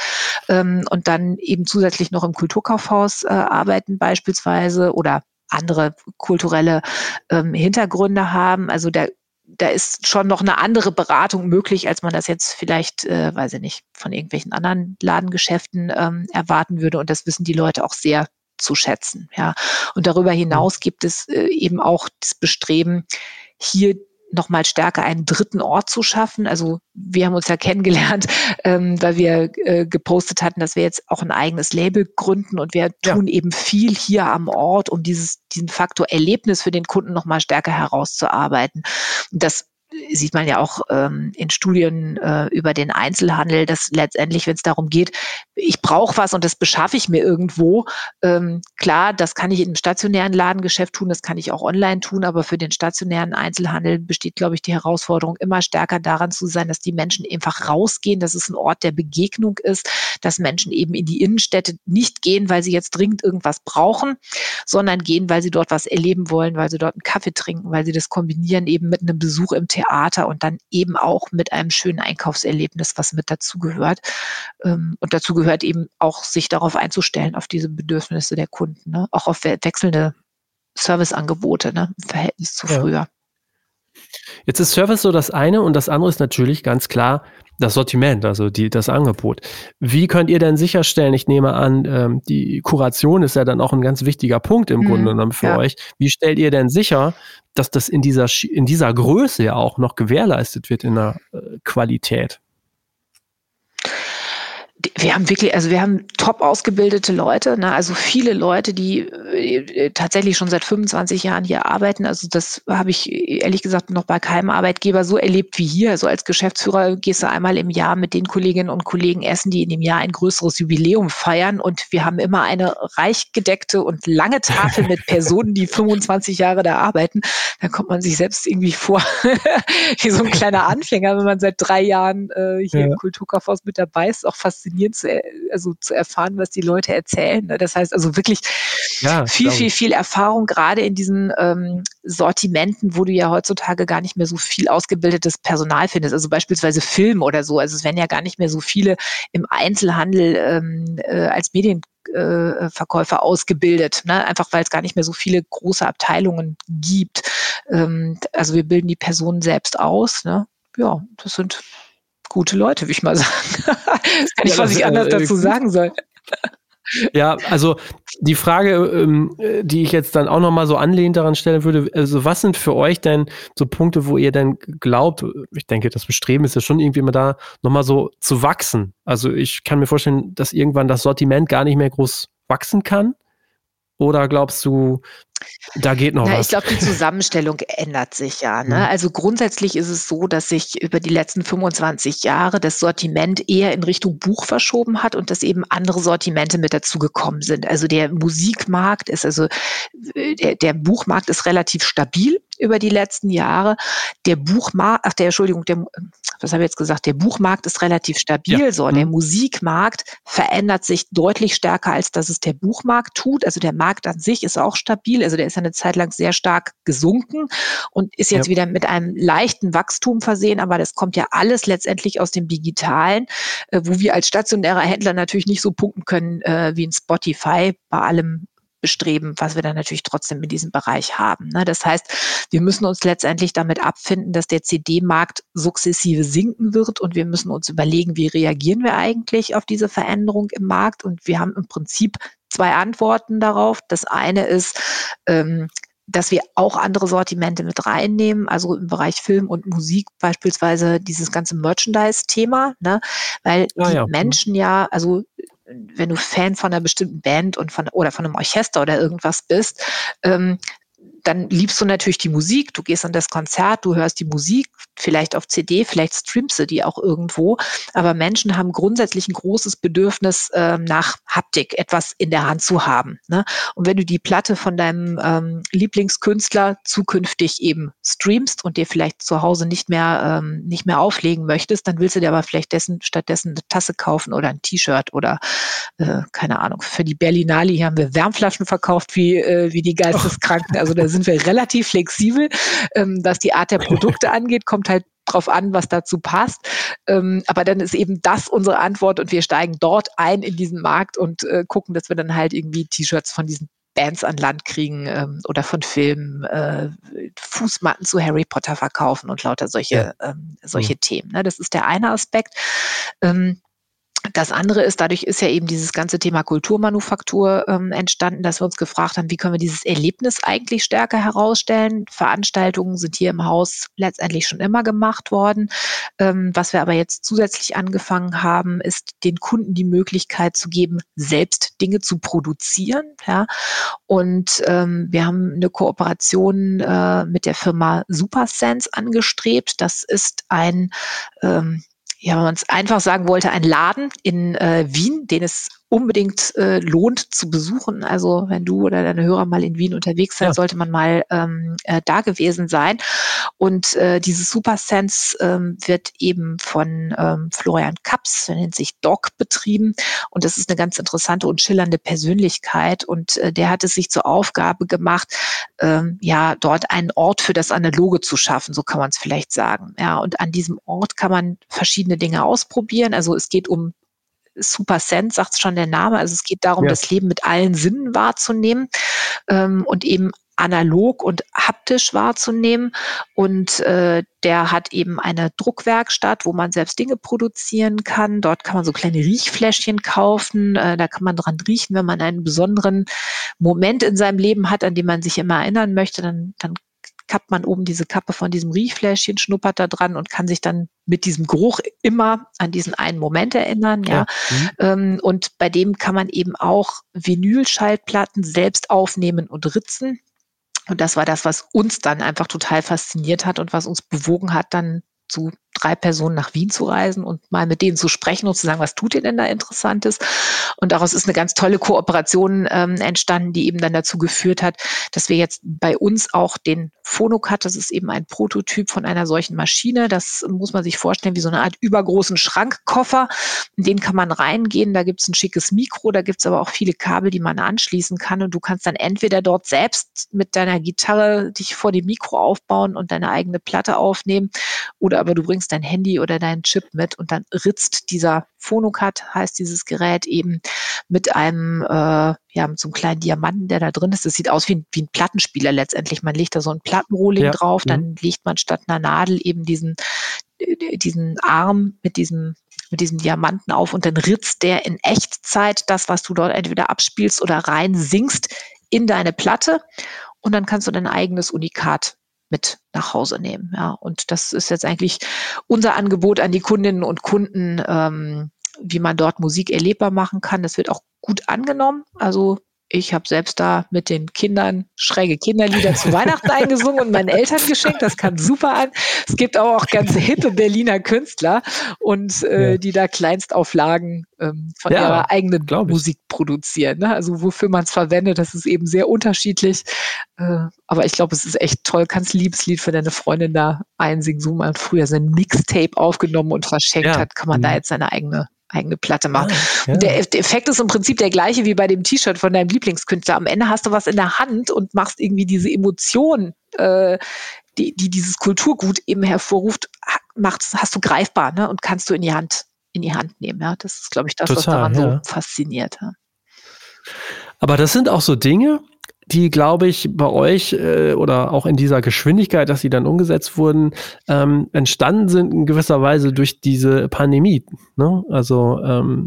und dann eben zusätzlich noch im Kulturkaufhaus arbeiten beispielsweise oder andere kulturelle Hintergründe haben. Also da ist schon noch eine andere Beratung möglich, als man das jetzt vielleicht, weiß ich nicht, von irgendwelchen anderen Ladengeschäften erwarten würde. Und das wissen die Leute auch sehr zu schätzen. Ja. Und darüber hinaus gibt es eben auch das Bestreben, hier nochmal stärker einen dritten Ort zu schaffen. Also wir haben uns ja kennengelernt, weil wir gepostet hatten, dass wir jetzt auch ein eigenes Label gründen und wir tun eben viel hier am Ort, um diesen Faktor Erlebnis für den Kunden nochmal stärker herauszuarbeiten. Das sieht man ja auch in Studien über den Einzelhandel, dass letztendlich, wenn es darum geht, ich brauche was und das beschaffe ich mir irgendwo. Klar, das kann ich in einem stationären Ladengeschäft tun, das kann ich auch online tun, aber für den stationären Einzelhandel besteht, glaube ich, die Herausforderung, immer stärker daran zu sein, dass die Menschen einfach rausgehen, dass es ein Ort der Begegnung ist, dass Menschen eben in die Innenstädte nicht gehen, weil sie jetzt dringend irgendwas brauchen, sondern gehen, weil sie dort was erleben wollen, weil sie dort einen Kaffee trinken, weil sie das kombinieren eben mit einem Besuch im Theater und dann eben auch mit einem schönen Einkaufserlebnis, was mit dazugehört. Und dazu gehört eben auch, sich darauf einzustellen, auf diese Bedürfnisse der Kunden, ne? Auch auf wechselnde Serviceangebote, ne? Im Verhältnis zu früher. Jetzt ist Service so das eine und das andere ist natürlich ganz klar das Sortiment, also das Angebot. Wie könnt ihr denn sicherstellen, ich nehme an, die Kuration ist ja dann auch ein ganz wichtiger Punkt im Grunde genommen für euch. Wie stellt ihr denn sicher, dass das in dieser Größe ja auch noch gewährleistet wird in der Qualität? Wir haben top ausgebildete Leute, ne? Also viele Leute, die tatsächlich schon seit 25 Jahren hier arbeiten. Also das habe ich ehrlich gesagt noch bei keinem Arbeitgeber so erlebt wie hier. Also als Geschäftsführer gehst du einmal im Jahr mit den Kolleginnen und Kollegen essen, die in dem Jahr ein größeres Jubiläum feiern. Und wir haben immer eine reich gedeckte und lange Tafel mit Personen, die 25 Jahre da arbeiten. Da kommt man sich selbst irgendwie vor wie so ein kleiner Anfänger, wenn man seit 3 Jahren hier im Kulturkaufhaus mit dabei ist. Auch faszinierend zu erfahren, was die Leute erzählen. Das heißt also wirklich viel Erfahrung, gerade in diesen Sortimenten, wo du ja heutzutage gar nicht mehr so viel ausgebildetes Personal findest. Also beispielsweise Film oder so. Also es werden ja gar nicht mehr so viele im Einzelhandel als Medienverkäufer ausgebildet, ne? Einfach weil es gar nicht mehr so viele große Abteilungen gibt. Also wir bilden die Personen selbst aus. Ne? Ja, das sind gute Leute, würde ich mal sagen. Das kann ich, was ich anders dazu sagen soll. Ja, also die Frage, die ich jetzt dann auch nochmal so anlehnend daran stellen würde, also was sind für euch denn so Punkte, wo ihr denn glaubt, ich denke, das Bestreben ist ja schon irgendwie immer da, nochmal so zu wachsen. Also ich kann mir vorstellen, dass irgendwann das Sortiment gar nicht mehr groß wachsen kann. Oder glaubst du, Da geht noch was. Ich glaube, die Zusammenstellung ändert sich ja. Ne? Also grundsätzlich ist es so, dass sich über die letzten 25 Jahre das Sortiment eher in Richtung Buch verschoben hat und dass eben andere Sortimente mit dazugekommen sind. Also der Musikmarkt ist der Buchmarkt ist relativ stabil über die letzten Jahre. Der Buchmarkt, was habe ich jetzt gesagt? Der Buchmarkt ist relativ stabil. Ja. So, der Musikmarkt verändert sich deutlich stärker, als dass es der Buchmarkt tut. Also der Markt an sich ist auch stabil. Also der ist eine Zeit lang sehr stark gesunken und ist jetzt wieder mit einem leichten Wachstum versehen. Aber das kommt ja alles letztendlich aus dem Digitalen, wo wir als stationärer Händler natürlich nicht so punkten können wie in Spotify bei allem Bestreben, was wir dann natürlich trotzdem in diesem Bereich haben. Ne? Das heißt, wir müssen uns letztendlich damit abfinden, dass der CD-Markt sukzessive sinken wird und wir müssen uns überlegen, wie reagieren wir eigentlich auf diese Veränderung im Markt, und wir haben im Prinzip 2 Antworten darauf. Das eine ist, dass wir auch andere Sortimente mit reinnehmen, also im Bereich Film und Musik beispielsweise dieses ganze Merchandise-Thema, ne? Weil die Menschen also wenn du Fan von einer bestimmten Band oder von einem Orchester oder irgendwas bist, dann liebst du natürlich die Musik, du gehst an das Konzert, du hörst die Musik, vielleicht auf CD, vielleicht streamst du die auch irgendwo, aber Menschen haben grundsätzlich ein großes Bedürfnis nach Haptik, etwas in der Hand zu haben. Ne? Und wenn du die Platte von deinem Lieblingskünstler zukünftig eben streamst und dir vielleicht zu Hause nicht mehr auflegen möchtest, dann willst du dir aber vielleicht stattdessen eine Tasse kaufen oder ein T-Shirt oder keine Ahnung, für die Berlinale hier haben wir Wärmflaschen verkauft wie die Geisteskranken, also da sind wir relativ flexibel, was die Art der Produkte angeht, kommt halt drauf an, was dazu passt. Aber dann ist eben das unsere Antwort und wir steigen dort ein in diesen Markt und gucken, dass wir dann halt irgendwie T-Shirts von diesen Bands an Land kriegen oder von Filmen, Fußmatten zu Harry Potter verkaufen und lauter solche Themen. Ne? Das ist der eine Aspekt. Das andere ist, dadurch ist ja eben dieses ganze Thema Kulturmanufaktur entstanden, dass wir uns gefragt haben, wie können wir dieses Erlebnis eigentlich stärker herausstellen. Veranstaltungen sind hier im Haus letztendlich schon immer gemacht worden. Was wir aber jetzt zusätzlich angefangen haben, ist den Kunden die Möglichkeit zu geben, selbst Dinge zu produzieren. Ja? Und wir haben eine Kooperation mit der Firma Supersense angestrebt. Das ist wenn man es einfach sagen wollte, ein Laden in Wien, den es unbedingt lohnt zu besuchen. Also wenn du oder deine Hörer mal in Wien unterwegs seid, sollte man mal da gewesen sein. Und dieses Supersense wird eben von Florian Kaps, der nennt sich Doc, betrieben. Und das ist eine ganz interessante und schillernde Persönlichkeit. Und der hat es sich zur Aufgabe gemacht, dort einen Ort für das Analoge zu schaffen, so kann man es vielleicht sagen. Ja, und an diesem Ort kann man verschiedene Dinge ausprobieren. Also es geht um Supersense, sagt schon der Name. Also es geht darum, das Leben mit allen Sinnen wahrzunehmen und eben analog und haptisch wahrzunehmen. Und der hat eben eine Druckwerkstatt, wo man selbst Dinge produzieren kann. Dort kann man so kleine Riechfläschchen kaufen. Da kann man dran riechen, wenn man einen besonderen Moment in seinem Leben hat, an den man sich immer erinnern möchte. Dann kappt man oben diese Kappe von diesem Riechfläschchen, schnuppert da dran und kann sich dann mit diesem Geruch immer an diesen einen Moment erinnern. Ja. Und bei dem kann man eben auch Vinylschallplatten selbst aufnehmen und ritzen. Und das war das, was uns dann einfach total fasziniert hat und was uns bewogen hat, dann zu 3 Personen nach Wien zu reisen und mal mit denen zu sprechen und zu sagen, was tut ihr denn da Interessantes? Und daraus ist eine ganz tolle Kooperation entstanden, die eben dann dazu geführt hat, dass wir jetzt bei uns auch den Phonocut, das ist eben ein Prototyp von einer solchen Maschine, das muss man sich vorstellen wie so eine Art übergroßen Schrankkoffer, in den kann man reingehen, da gibt es ein schickes Mikro, da gibt es aber auch viele Kabel, die man anschließen kann und du kannst dann entweder dort selbst mit deiner Gitarre dich vor dem Mikro aufbauen und deine eigene Platte aufnehmen oder aber du bringst dein Handy oder deinen Chip mit und dann ritzt dieser Phonocut, heißt dieses Gerät, eben mit einem mit so einem kleinen Diamanten, der da drin ist. Das sieht aus wie ein Plattenspieler letztendlich. Man legt da so ein Plattenrohling drauf, dann legt man statt einer Nadel eben diesen Arm mit diesem Diamanten auf und dann ritzt der in Echtzeit das, was du dort entweder abspielst oder rein singst, in deine Platte und dann kannst du dein eigenes Unikat mit nach Hause nehmen. Ja, und das ist jetzt eigentlich unser Angebot an die Kundinnen und Kunden, wie man dort Musik erlebbar machen kann. Das wird auch gut angenommen. Also Ich habe selbst da mit den Kindern schräge Kinderlieder zu Weihnachten eingesungen und meinen Eltern geschenkt. Das kam super an. Es gibt aber auch ganz hippe Berliner Künstler und die da Kleinstauflagen von ihrer eigenen Musik produzieren. Ne? Also wofür man es verwendet, das ist eben sehr unterschiedlich. Aber ich glaube, es ist echt toll. Kannst ein Liebeslied für deine Freundin da einsingen. So man früher sein Mixtape aufgenommen und verschenkt hat, kann man da jetzt seine eigene Platte machen. Und der Effekt ist im Prinzip der gleiche wie bei dem T-Shirt von deinem Lieblingskünstler. Am Ende hast du was in der Hand und machst irgendwie diese Emotion, die dieses Kulturgut eben hervorruft, hast du greifbar, ne? Und kannst du in die Hand nehmen. Ja? Das ist, glaube ich, das, was daran so fasziniert. Ja? Aber das sind auch so Dinge, die, glaube ich, bei euch oder auch in dieser Geschwindigkeit, dass sie dann umgesetzt wurden, entstanden sind in gewisser Weise durch diese Pandemie. Ne? Also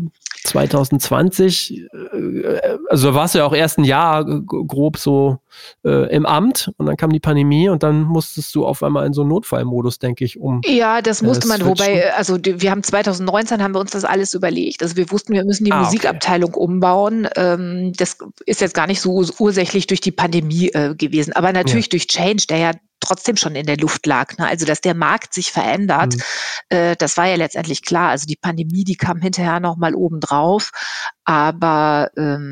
2020, also warst du ja auch erst ein Jahr grob so im Amt und dann kam die Pandemie und dann musstest du auf einmal in so einen Notfallmodus, denke ich, Ja, das musste man, wobei, also wir haben 2019 haben wir uns das alles überlegt. Also wir wussten, wir müssen die Musikabteilung umbauen. Das ist jetzt gar nicht so ursächlich durch die Pandemie gewesen, aber natürlich durch Change, der ja trotzdem schon in der Luft lag. Ne? Also, dass der Markt sich verändert, das war ja letztendlich klar. Also die Pandemie, die kam hinterher nochmal obendrauf, aber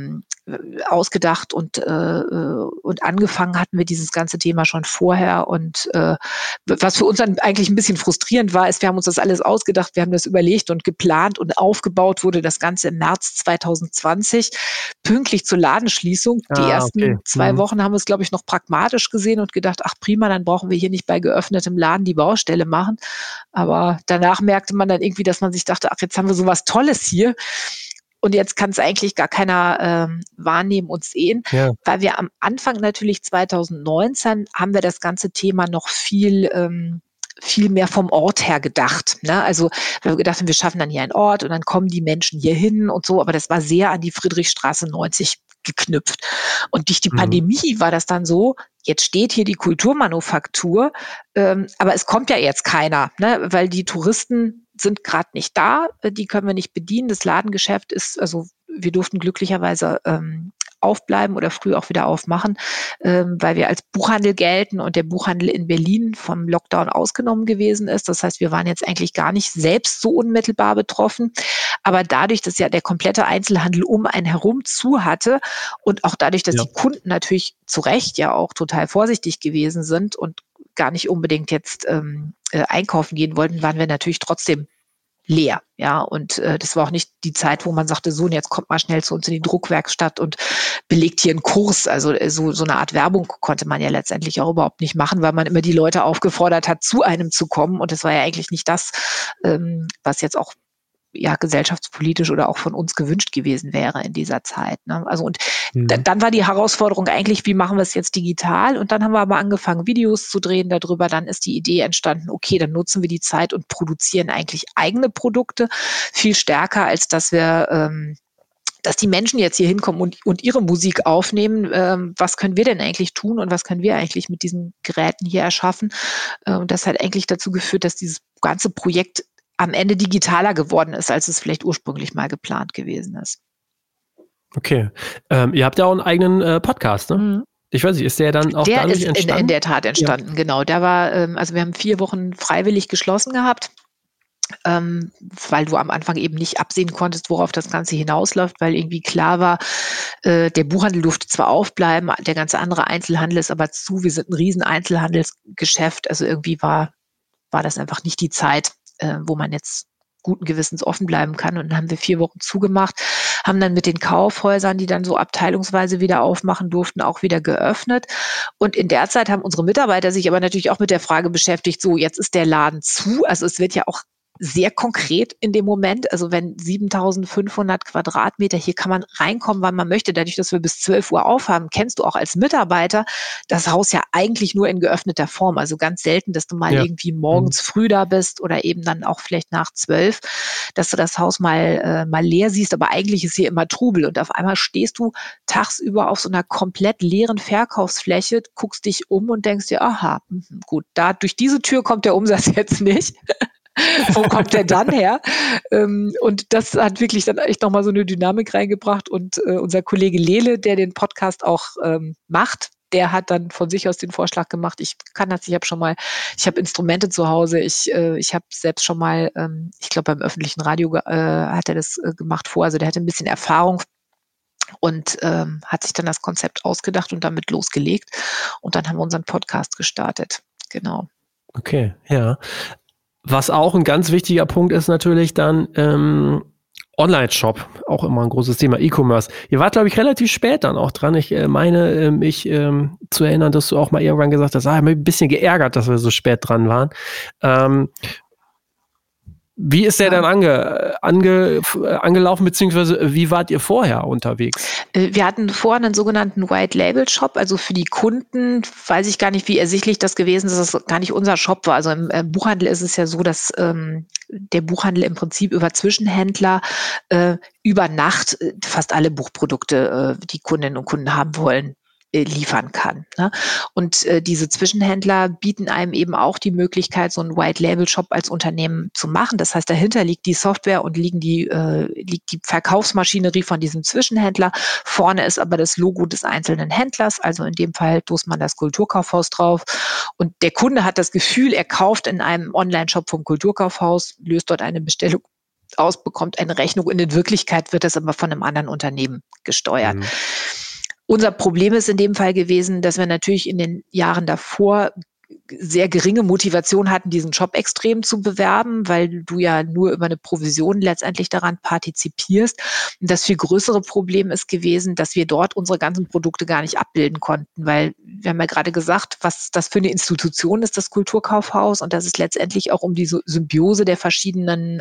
ausgedacht und angefangen hatten wir dieses ganze Thema schon vorher. Und was für uns dann eigentlich ein bisschen frustrierend war, ist, wir haben uns das alles ausgedacht, wir haben das überlegt und geplant und aufgebaut wurde das Ganze im März 2020, pünktlich zur Ladenschließung. Die ersten 2 Wochen haben wir es, glaube ich, noch pragmatisch gesehen und gedacht, ach prima, dann brauchen wir hier nicht bei geöffnetem Laden die Baustelle machen. Aber danach merkte man dann irgendwie, dass man sich dachte, ach, jetzt haben wir sowas Tolles hier. Und jetzt kann es eigentlich gar keiner wahrnehmen und sehen, weil wir am Anfang natürlich 2019 haben wir das ganze Thema noch viel mehr vom Ort her gedacht. Ne? Also wir haben gedacht, wir schaffen dann hier einen Ort und dann kommen die Menschen hier hin und so, aber das war sehr an die Friedrichstraße 90 geknüpft. Und durch die Pandemie war das dann so, jetzt steht hier die Kulturmanufaktur, aber es kommt ja jetzt keiner, ne? Weil die Touristen sind gerade nicht da, die können wir nicht bedienen. Das Ladengeschäft ist, also wir durften glücklicherweise aufbleiben oder früh auch wieder aufmachen, weil wir als Buchhandel gelten und der Buchhandel in Berlin vom Lockdown ausgenommen gewesen ist. Das heißt, wir waren jetzt eigentlich gar nicht selbst so unmittelbar betroffen. Aber dadurch, dass ja der komplette Einzelhandel um einen herum zu hatte und auch dadurch, dass die Kunden natürlich zu Recht ja auch total vorsichtig gewesen sind und gar nicht unbedingt jetzt einkaufen gehen wollten, waren wir natürlich trotzdem leer, ja, und das war auch nicht die Zeit, wo man sagte, so, und jetzt kommt mal schnell zu uns in die Druckwerkstatt und belegt hier einen Kurs, also so eine Art Werbung konnte man ja letztendlich auch überhaupt nicht machen, weil man immer die Leute aufgefordert hat, zu einem zu kommen und das war ja eigentlich nicht das, was jetzt auch gesellschaftspolitisch oder auch von uns gewünscht gewesen wäre in dieser Zeit. Ne? Also und dann war die Herausforderung eigentlich, wie machen wir es jetzt digital? Und dann haben wir aber angefangen, Videos zu drehen darüber. Dann ist die Idee entstanden, okay, dann nutzen wir die Zeit und produzieren eigentlich eigene Produkte viel stärker, als dass wir dass die Menschen jetzt hier hinkommen und ihre Musik aufnehmen. Was können wir denn eigentlich tun und was können wir eigentlich mit diesen Geräten hier erschaffen? Und das hat eigentlich dazu geführt, dass dieses ganze Projekt am Ende digitaler geworden ist, als es vielleicht ursprünglich mal geplant gewesen ist. Okay. Ihr habt ja auch einen eigenen Podcast, ne? Ich weiß nicht, ist der dann auch dadurch entstanden? Der ist in der Tat entstanden, genau. Der war, also wir haben 4 Wochen freiwillig geschlossen gehabt, weil du am Anfang eben nicht absehen konntest, worauf das Ganze hinausläuft, weil irgendwie klar war, der Buchhandel durfte zwar aufbleiben, der ganze andere Einzelhandel ist aber zu, wir sind ein riesen Einzelhandelsgeschäft, also irgendwie war das einfach nicht die Zeit, wo man jetzt guten Gewissens offen bleiben kann. Und dann haben wir 4 Wochen zugemacht, haben dann mit den Kaufhäusern, die dann so abteilungsweise wieder aufmachen durften, auch wieder geöffnet. Und in der Zeit haben unsere Mitarbeiter sich aber natürlich auch mit der Frage beschäftigt, so jetzt ist der Laden zu. Also es wird ja auch sehr konkret in dem Moment, also wenn 7.500 Quadratmeter, hier kann man reinkommen, wann man möchte, dadurch, dass wir bis 12 Uhr aufhaben, kennst du auch als Mitarbeiter das Haus ja eigentlich nur in geöffneter Form, also ganz selten, dass du mal irgendwie morgens früh da bist oder eben dann auch vielleicht nach 12, dass du das Haus mal leer siehst, aber eigentlich ist hier immer Trubel und auf einmal stehst du tagsüber auf so einer komplett leeren Verkaufsfläche, guckst dich um und denkst dir, aha, gut, da durch diese Tür kommt der Umsatz jetzt nicht. Wo kommt der dann her? Und das hat wirklich dann echt nochmal so eine Dynamik reingebracht. Und unser Kollege Lele, der den Podcast auch macht, der hat dann von sich aus den Vorschlag gemacht, ich habe Instrumente zu Hause, ich habe selbst schon mal, ich glaube beim öffentlichen Radio hat er das gemacht vor, also der hatte ein bisschen Erfahrung und hat sich dann das Konzept ausgedacht und damit losgelegt. Und dann haben wir unseren Podcast gestartet. Genau. Okay, ja. Was auch ein ganz wichtiger Punkt ist natürlich dann Online-Shop, auch immer ein großes Thema, E-Commerce. Ihr wart, glaube ich, relativ spät dann auch dran. Ich meine, mich zu erinnern, dass du auch mal irgendwann gesagt hast, ich habe mich ein bisschen geärgert, dass wir so spät dran waren. Wie ist der dann angelaufen, beziehungsweise wie wart ihr vorher unterwegs? Wir hatten vorher einen sogenannten White-Label-Shop, also für die Kunden, weiß ich gar nicht, wie ersichtlich das gewesen ist, dass das gar nicht unser Shop war. Also im Buchhandel ist es ja so, dass der Buchhandel im Prinzip über Zwischenhändler über Nacht fast alle Buchprodukte, die Kundinnen und Kunden haben wollen, liefern kann. Ne? Und diese Zwischenhändler bieten einem eben auch die Möglichkeit, so einen White-Label-Shop als Unternehmen zu machen. Das heißt, dahinter liegt die Software und liegt die Verkaufsmaschinerie von diesem Zwischenhändler. Vorne ist aber das Logo des einzelnen Händlers, also in dem Fall Dussmann das Kulturkaufhaus drauf. Und der Kunde hat das Gefühl, er kauft in einem Online-Shop vom Kulturkaufhaus, löst dort eine Bestellung aus, bekommt eine Rechnung und in Wirklichkeit wird das aber von einem anderen Unternehmen gesteuert. Unser Problem ist in dem Fall gewesen, dass wir natürlich in den Jahren davor sehr geringe Motivation hatten, diesen Shop extrem zu bewerben, weil du ja nur über eine Provision letztendlich daran partizipierst. Und das viel größere Problem ist gewesen, dass wir dort unsere ganzen Produkte gar nicht abbilden konnten, weil wir haben ja gerade gesagt, was das für eine Institution ist, das Kulturkaufhaus, und dass es letztendlich auch um die Symbiose der verschiedenen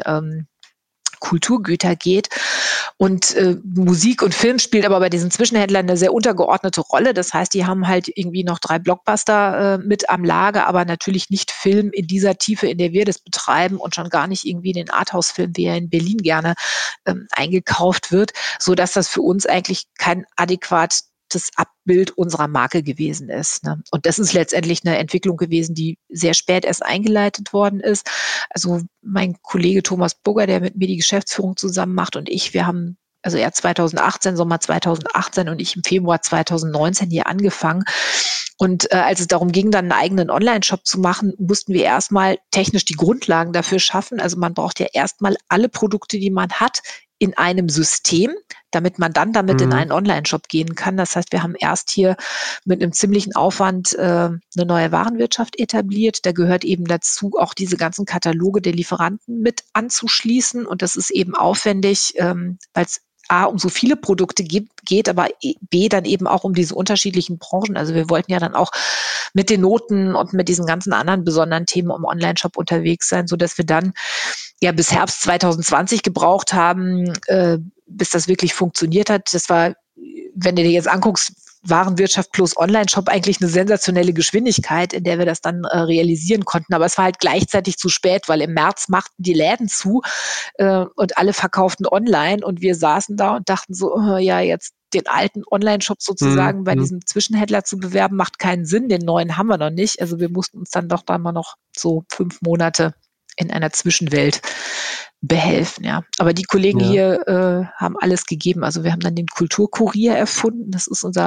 Kulturgüter geht. Und Musik und Film spielt aber bei diesen Zwischenhändlern eine sehr untergeordnete Rolle. Das heißt, die haben halt irgendwie noch 3 Blockbuster mit am Lager, aber natürlich nicht Film in dieser Tiefe, in der wir das betreiben, und schon gar nicht irgendwie den Arthouse-Film, wie er in Berlin gerne eingekauft wird, sodass das für uns eigentlich kein adäquates Abbild unserer Marke gewesen ist. Ne? Und das ist letztendlich eine Entwicklung gewesen, die sehr spät erst eingeleitet worden ist. Also mein Kollege Thomas Bugger, der mit mir die Geschäftsführung zusammen macht, und ich, wir haben, also er 2018, Sommer 2018 und ich im Februar 2019 hier angefangen. Und als es darum ging, dann einen eigenen Online-Shop zu machen, mussten wir erstmal technisch die Grundlagen dafür schaffen. Also man braucht ja erstmal alle Produkte, die man hat, in einem System, damit man dann damit in einen Online-Shop gehen kann. Das heißt, wir haben erst hier mit einem ziemlichen Aufwand eine neue Warenwirtschaft etabliert. Da gehört eben dazu, auch diese ganzen Kataloge der Lieferanten mit anzuschließen. Und das ist eben aufwendig, weil es A, um so viele Produkte geht, aber B, dann eben auch um diese unterschiedlichen Branchen. Also wir wollten ja dann auch mit den Noten und mit diesen ganzen anderen besonderen Themen im Online-Shop unterwegs sein, sodass wir dann ja bis Herbst 2020 gebraucht haben, bis das wirklich funktioniert hat. Das war, wenn du dir jetzt anguckst, Warenwirtschaft plus Online-Shop eigentlich eine sensationelle Geschwindigkeit, in der wir das dann realisieren konnten. Aber es war halt gleichzeitig zu spät, weil im März machten die Läden zu und alle verkauften online, und wir saßen da und dachten so, ja, jetzt den alten Online-Shop sozusagen bei diesem Zwischenhändler zu bewerben, macht keinen Sinn. Den neuen haben wir noch nicht. Also wir mussten uns dann doch da mal noch so 5 Monate in einer Zwischenwelt behelfen, ja. Aber die Kollegen hier haben alles gegeben. Also wir haben dann den Kulturkurier erfunden. Das ist unser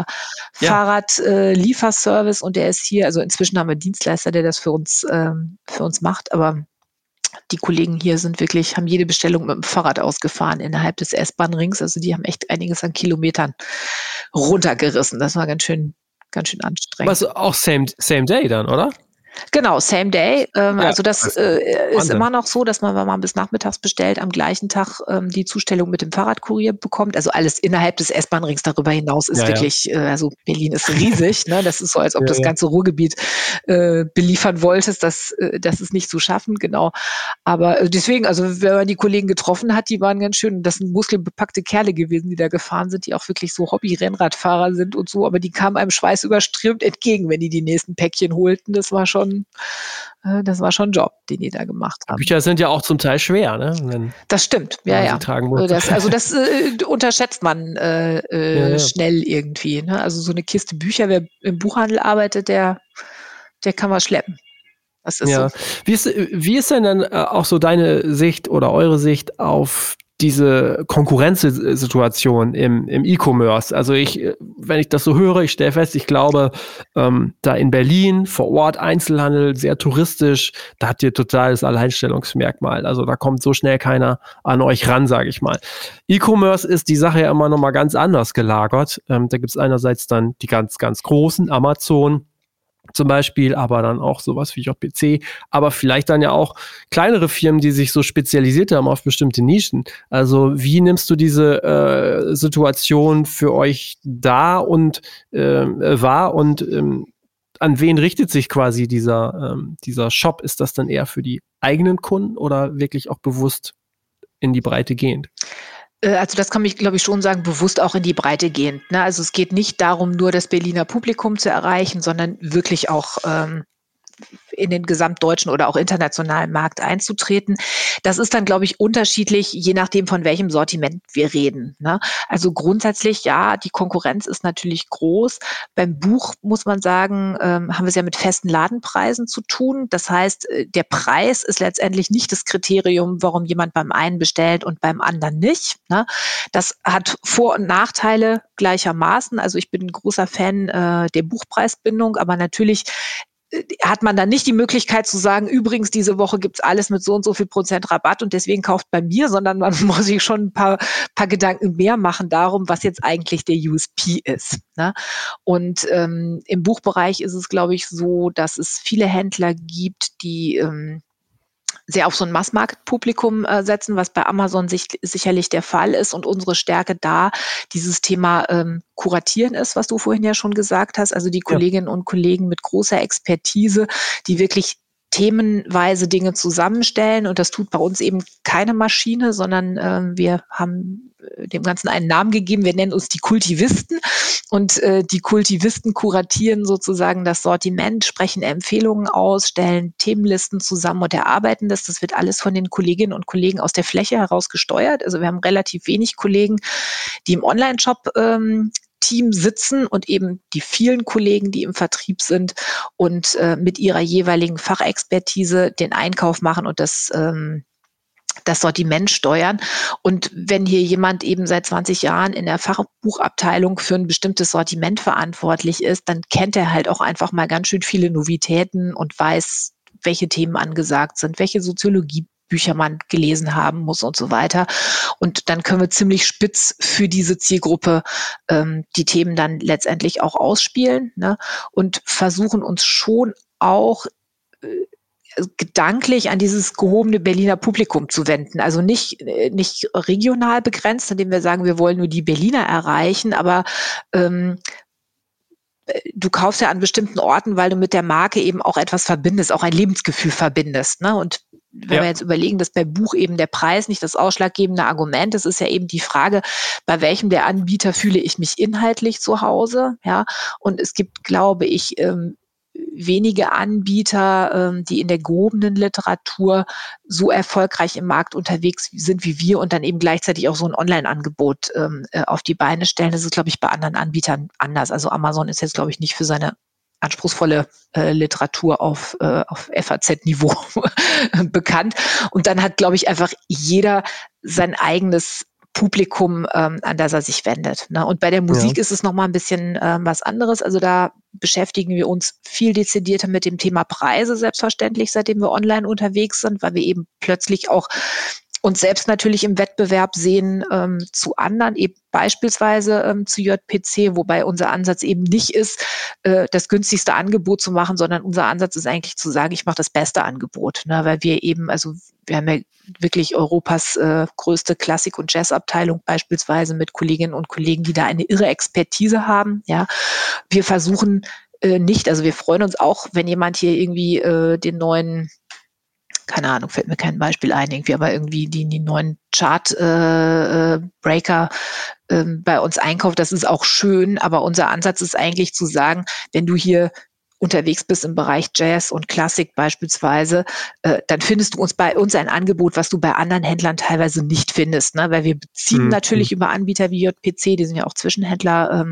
Fahrradlieferservice, und der ist hier, also inzwischen haben wir Dienstleister, der das für uns macht, aber die Kollegen hier haben jede Bestellung mit dem Fahrrad ausgefahren innerhalb des S-Bahn-Rings. Also die haben echt einiges an Kilometern runtergerissen. Das war ganz schön anstrengend. Was auch same day dann, oder? Genau, same day. Also das ist immer noch so, dass man, wenn man bis nachmittags bestellt, am gleichen Tag die Zustellung mit dem Fahrradkurier bekommt. Also alles innerhalb des S-Bahn-Rings. Darüber hinaus ist wirklich, also Berlin ist riesig. Ne? Das ist so, als ob das ganze Ruhrgebiet beliefern wolltest. Das ist nicht zu schaffen, genau. Aber deswegen, also wenn man die Kollegen getroffen hat, die waren ganz schön, das sind muskelbepackte Kerle gewesen, die da gefahren sind, die auch wirklich so Hobby-Rennradfahrer sind und so. Aber die kamen einem schweißüberströmt entgegen, wenn die nächsten Päckchen holten. Das war schon ein Job, den die da gemacht haben. Bücher sind ja auch zum Teil schwer, ne? Das stimmt, ja. Das unterschätzt man schnell irgendwie. Ne? Also so eine Kiste Bücher, wer im Buchhandel arbeitet, der kann was schleppen. Das ist so. Wie ist denn dann auch so deine Sicht oder eure Sicht auf diese Konkurrenzsituation im E-Commerce? Also wenn ich das so höre, ich stelle fest, ich glaube, da in Berlin vor Ort Einzelhandel, sehr touristisch, da habt ihr totales Alleinstellungsmerkmal. Also da kommt so schnell keiner an euch ran, sage ich mal. E-Commerce ist die Sache ja immer noch mal ganz anders gelagert. Da gibt es einerseits dann die ganz, ganz großen, Amazon zum Beispiel, aber dann auch sowas wie JPC, aber vielleicht dann ja auch kleinere Firmen, die sich so spezialisiert haben auf bestimmte Nischen. Also wie nimmst du diese Situation für euch da und wahr und an wen richtet sich quasi dieser Shop? Ist das dann eher für die eigenen Kunden oder wirklich auch bewusst in die Breite gehend? Also das kann ich, glaube ich, schon sagen, bewusst auch in die Breite gehend. Ne? Also es geht nicht darum, nur das Berliner Publikum zu erreichen, sondern wirklich auch in den gesamtdeutschen oder auch internationalen Markt einzutreten. Das ist dann, glaube ich, unterschiedlich, je nachdem, von welchem Sortiment wir reden. Ne? Also grundsätzlich, ja, die Konkurrenz ist natürlich groß. Beim Buch muss man sagen, haben wir es ja mit festen Ladenpreisen zu tun. Das heißt, der Preis ist letztendlich nicht das Kriterium, warum jemand beim einen bestellt und beim anderen nicht. Ne? Das hat Vor- und Nachteile gleichermaßen. Also ich bin ein großer Fan der Buchpreisbindung, aber natürlich hat man dann nicht die Möglichkeit zu sagen, übrigens, diese Woche gibt's alles mit so und so viel Prozent Rabatt und deswegen kauft bei mir, sondern man muss sich schon ein paar Gedanken mehr machen darum, was jetzt eigentlich der USP ist. Ne? Und im Buchbereich ist es, glaube ich, so, dass es viele Händler gibt, die sehr auf so ein Massmarktpublikum setzen, was bei Amazon sicherlich der Fall ist. Und unsere Stärke da dieses Thema Kuratieren ist, was du vorhin ja schon gesagt hast. Also die Kolleginnen und Kollegen mit großer Expertise, die wirklich themenweise Dinge zusammenstellen. Und das tut bei uns eben keine Maschine, sondern wir haben dem Ganzen einen Namen gegeben. Wir nennen uns die Kultivisten. Und die Kultivisten kuratieren sozusagen das Sortiment, sprechen Empfehlungen aus, stellen Themenlisten zusammen und erarbeiten das. Das wird alles von den Kolleginnen und Kollegen aus der Fläche heraus gesteuert. Also wir haben relativ wenig Kollegen, die im Online-Shop Team sitzen und eben die vielen Kollegen, die im Vertrieb sind und mit ihrer jeweiligen Fachexpertise den Einkauf machen und das Sortiment steuern. Und wenn hier jemand eben seit 20 Jahren in der Fachbuchabteilung für ein bestimmtes Sortiment verantwortlich ist, dann kennt er halt auch einfach mal ganz schön viele Novitäten und weiß, welche Themen angesagt sind, welche Soziologiebücher man gelesen haben muss und so weiter. Und dann können wir ziemlich spitz für diese Zielgruppe die Themen dann letztendlich auch ausspielen, ne? Und versuchen uns schon auch gedanklich an dieses gehobene Berliner Publikum zu wenden. Also nicht regional begrenzt, indem wir sagen, wir wollen nur die Berliner erreichen, aber du kaufst ja an bestimmten Orten, weil du mit der Marke eben auch etwas verbindest, auch ein Lebensgefühl verbindest. Ne? Und wenn wir jetzt überlegen, dass bei Buch eben der Preis nicht das ausschlaggebende Argument ist, ist ja eben die Frage, bei welchem der Anbieter fühle ich mich inhaltlich zu Hause. Ja? Und es gibt, glaube ich, wenige Anbieter, die in der gehobenen Literatur so erfolgreich im Markt unterwegs sind wie wir und dann eben gleichzeitig auch so ein Online-Angebot auf die Beine stellen. Das ist, glaube ich, bei anderen Anbietern anders. Also Amazon ist jetzt, glaube ich, nicht für seine anspruchsvolle Literatur auf FAZ-Niveau bekannt. Und dann hat, glaube ich, einfach jeder sein eigenes Publikum, an das er sich wendet. Ne? Und bei der Musik ist es nochmal ein bisschen was anderes. Also da beschäftigen wir uns viel dezidierter mit dem Thema Preise, selbstverständlich, seitdem wir online unterwegs sind, weil wir eben plötzlich auch uns selbst natürlich im Wettbewerb sehen zu anderen, eben beispielsweise zu JPC, wobei unser Ansatz eben nicht ist, das günstigste Angebot zu machen, sondern unser Ansatz ist eigentlich zu sagen, ich mache das beste Angebot, ne? Weil wir eben, also wir haben ja wirklich Europas größte Klassik- und Jazzabteilung beispielsweise mit Kolleginnen und Kollegen, die da eine irre Expertise haben. Ja, wir versuchen nicht, also wir freuen uns auch, wenn jemand hier irgendwie den neuen, keine Ahnung, fällt mir kein Beispiel ein, irgendwie, aber irgendwie die neuen Chart-Breaker bei uns einkauft, das ist auch schön, aber unser Ansatz ist eigentlich zu sagen, wenn du hier unterwegs bist im Bereich Jazz und Klassik beispielsweise, dann findest du bei uns ein Angebot, was du bei anderen Händlern teilweise nicht findest, ne? Weil wir beziehen natürlich über Anbieter wie JPC, die sind ja auch Zwischenhändler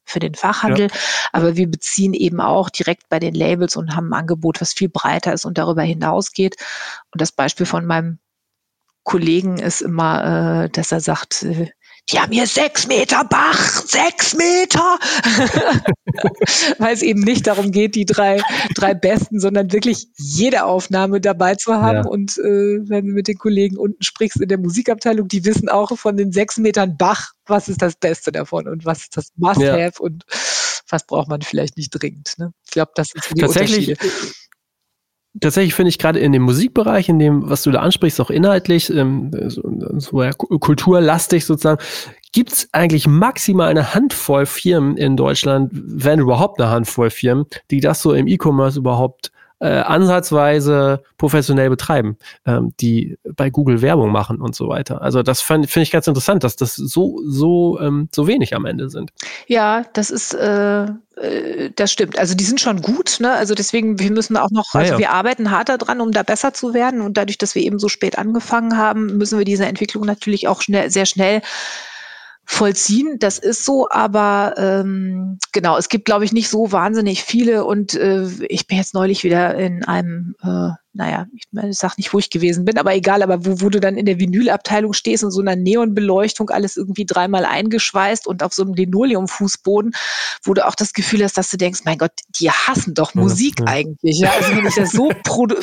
den Fachhandel. Ja. Aber wir beziehen eben auch direkt bei den Labels und haben ein Angebot, was viel breiter ist und darüber hinausgeht. Und das Beispiel von meinem Kollegen ist immer, dass er sagt, die haben hier 6 Meter Bach, 6 Meter. Weil es eben nicht darum geht, die drei Besten, sondern wirklich jede Aufnahme dabei zu haben. Ja. Und wenn du mit den Kollegen unten sprichst in der Musikabteilung, die wissen auch von den 6 Metern Bach, was ist das Beste davon und was ist das Must-Have und was braucht man vielleicht nicht dringend. Ne? Ich glaube, das sind so die Unterschiede. Tatsächlich finde ich gerade in dem Musikbereich, in dem, was du da ansprichst, auch inhaltlich, so kulturlastig sozusagen, gibt es eigentlich maximal eine Handvoll Firmen in Deutschland, wenn überhaupt eine Handvoll Firmen, die das so im E-Commerce überhaupt ansatzweise professionell betreiben, die bei Google Werbung machen und so weiter. Also das finde ich ganz interessant, dass das so wenig am Ende sind. Ja, das ist das stimmt. Also die sind schon gut, ne? Also deswegen, wir müssen auch noch, wir arbeiten hart daran, um da besser zu werden. Und dadurch, dass wir eben so spät angefangen haben, müssen wir diese Entwicklung natürlich auch sehr schnell vollziehen. Das ist so, aber genau, es gibt, glaube ich, nicht so wahnsinnig viele. Und ich bin jetzt neulich wieder in einem, ich sag nicht, wo ich gewesen bin, aber egal, aber wo du dann in der Vinylabteilung stehst und so einer Neonbeleuchtung, alles irgendwie 3-mal eingeschweißt und auf so einem Linoleumfußboden, wo du auch das Gefühl hast, dass du denkst, mein Gott, die hassen doch Musik eigentlich. Ja? Also wenn ich das so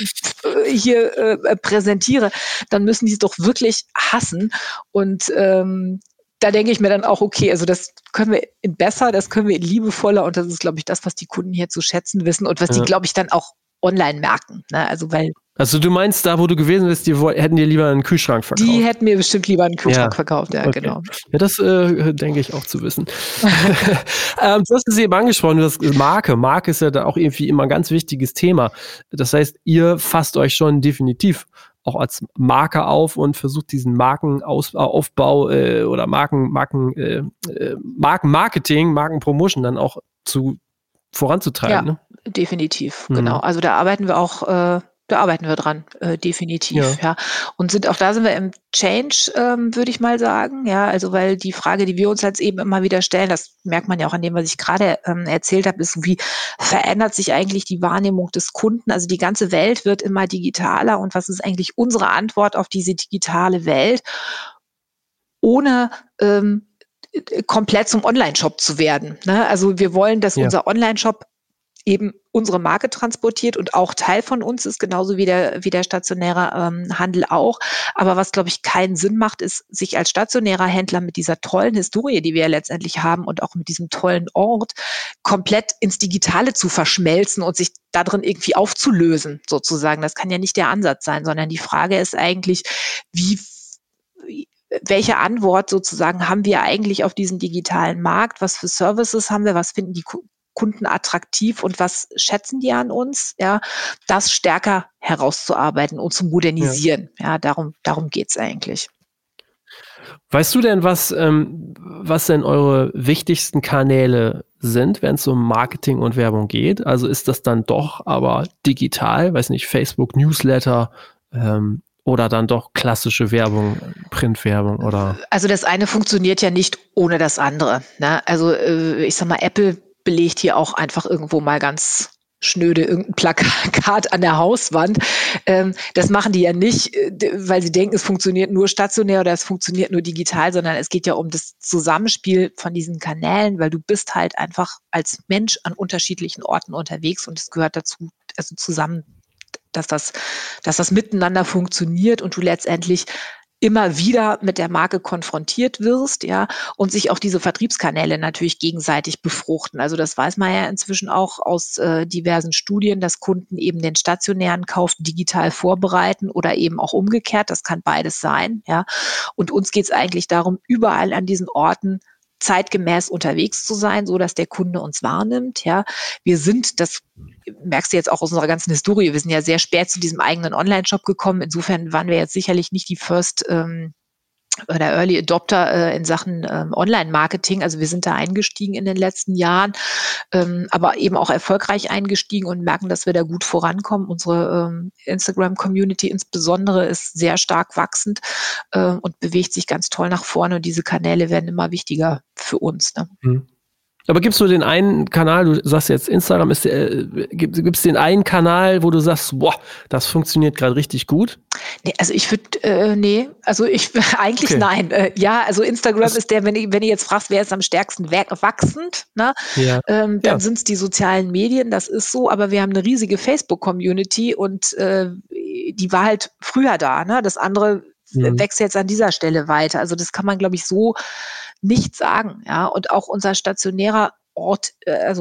präsentiere, dann müssen die es doch wirklich hassen. Und da denke ich mir dann auch, okay, also das können wir in besser, das können wir in liebevoller und das ist, glaube ich, das, was die Kunden hier zu schätzen wissen und was die, glaube ich, dann auch online merken. Ne? Also du meinst, da wo du gewesen bist, hätten dir lieber einen Kühlschrank verkauft? Die hätten mir bestimmt lieber einen Kühlschrank verkauft, ja, okay. Genau. Ja, das denke ich auch zu wissen. Du hast es eben angesprochen, das Marke. Marke ist ja da auch irgendwie immer ein ganz wichtiges Thema. Das heißt, ihr fasst euch schon definitiv auch als Marke auf und versucht diesen Markenaufbau oder Markenmarketing, Markenpromotion dann auch voranzutreiben. Ja, ne? Definitiv, genau. Also da arbeiten wir auch dran, definitiv, ja. Und sind wir im Change, würde ich mal sagen, ja, also weil die Frage, die wir uns jetzt eben immer wieder stellen, das merkt man ja auch an dem, was ich gerade erzählt habe, ist, wie verändert sich eigentlich die Wahrnehmung des Kunden? Also die ganze Welt wird immer digitaler und was ist eigentlich unsere Antwort auf diese digitale Welt, ohne komplett zum Online-Shop zu werden. Ne? Also wir wollen, dass unser Online-Shop eben unsere Marke transportiert und auch Teil von uns ist, genauso wie der stationäre Handel auch. Aber was, glaube ich, keinen Sinn macht, ist, sich als stationärer Händler mit dieser tollen Historie, die wir ja letztendlich haben und auch mit diesem tollen Ort, komplett ins Digitale zu verschmelzen und sich da drin irgendwie aufzulösen, sozusagen. Das kann ja nicht der Ansatz sein, sondern die Frage ist eigentlich, welche Antwort sozusagen haben wir eigentlich auf diesen digitalen Markt? Was für Services haben wir? Was finden die Kunden attraktiv und was schätzen die an uns? Ja, das stärker herauszuarbeiten und zu modernisieren. Ja, darum geht's eigentlich. Weißt du denn, was denn eure wichtigsten Kanäle sind, wenn es um Marketing und Werbung geht? Also ist das dann doch aber digital, weiß nicht, Facebook, Newsletter, oder dann doch klassische Werbung, Printwerbung oder? Also das eine funktioniert ja nicht ohne das andere. Ne? Also ich sag mal, Apple belegt hier auch einfach irgendwo mal ganz schnöde irgendein Plakat an der Hauswand. Das machen die ja nicht, weil sie denken, es funktioniert nur stationär oder es funktioniert nur digital, sondern es geht ja um das Zusammenspiel von diesen Kanälen, weil du bist halt einfach als Mensch an unterschiedlichen Orten unterwegs und es gehört dazu, also zusammen, dass das miteinander funktioniert und du letztendlich immer wieder mit der Marke konfrontiert wirst, ja, und sich auch diese Vertriebskanäle natürlich gegenseitig befruchten. Also das weiß man ja inzwischen auch aus diversen Studien, dass Kunden eben den stationären Kauf digital vorbereiten oder eben auch umgekehrt. Das kann beides sein, ja. Und uns geht es eigentlich darum, überall an diesen Orten zeitgemäß unterwegs zu sein, so dass der Kunde uns wahrnimmt, ja. Wir sind, das merkst du jetzt auch aus unserer ganzen Historie, wir sind ja sehr spät zu diesem eigenen Online-Shop gekommen. Insofern waren wir jetzt sicherlich nicht die First oder Early Adopter in Sachen Online-Marketing. Also wir sind da eingestiegen in den letzten Jahren, aber eben auch erfolgreich eingestiegen und merken, dass wir da gut vorankommen. Unsere Instagram-Community insbesondere ist sehr stark wachsend und bewegt sich ganz toll nach vorne. Und diese Kanäle werden immer wichtiger für uns. Ne? Aber gibst du den einen Kanal, du sagst jetzt Instagram, gibt's den einen Kanal, wo du sagst, boah, das funktioniert gerade richtig gut? Nee, also ich würde, eigentlich okay. Nein. Ja, also Instagram ist der, wenn ihr jetzt fragst, wer ist am stärksten wachsend, ne? Ja. Dann sind es die sozialen Medien, das ist so, aber wir haben eine riesige Facebook-Community und die war halt früher da, ne? Das andere wächst jetzt an dieser Stelle weiter. Also das kann man, glaube ich, so nicht sagen. Ja, und auch unser stationärer Ort,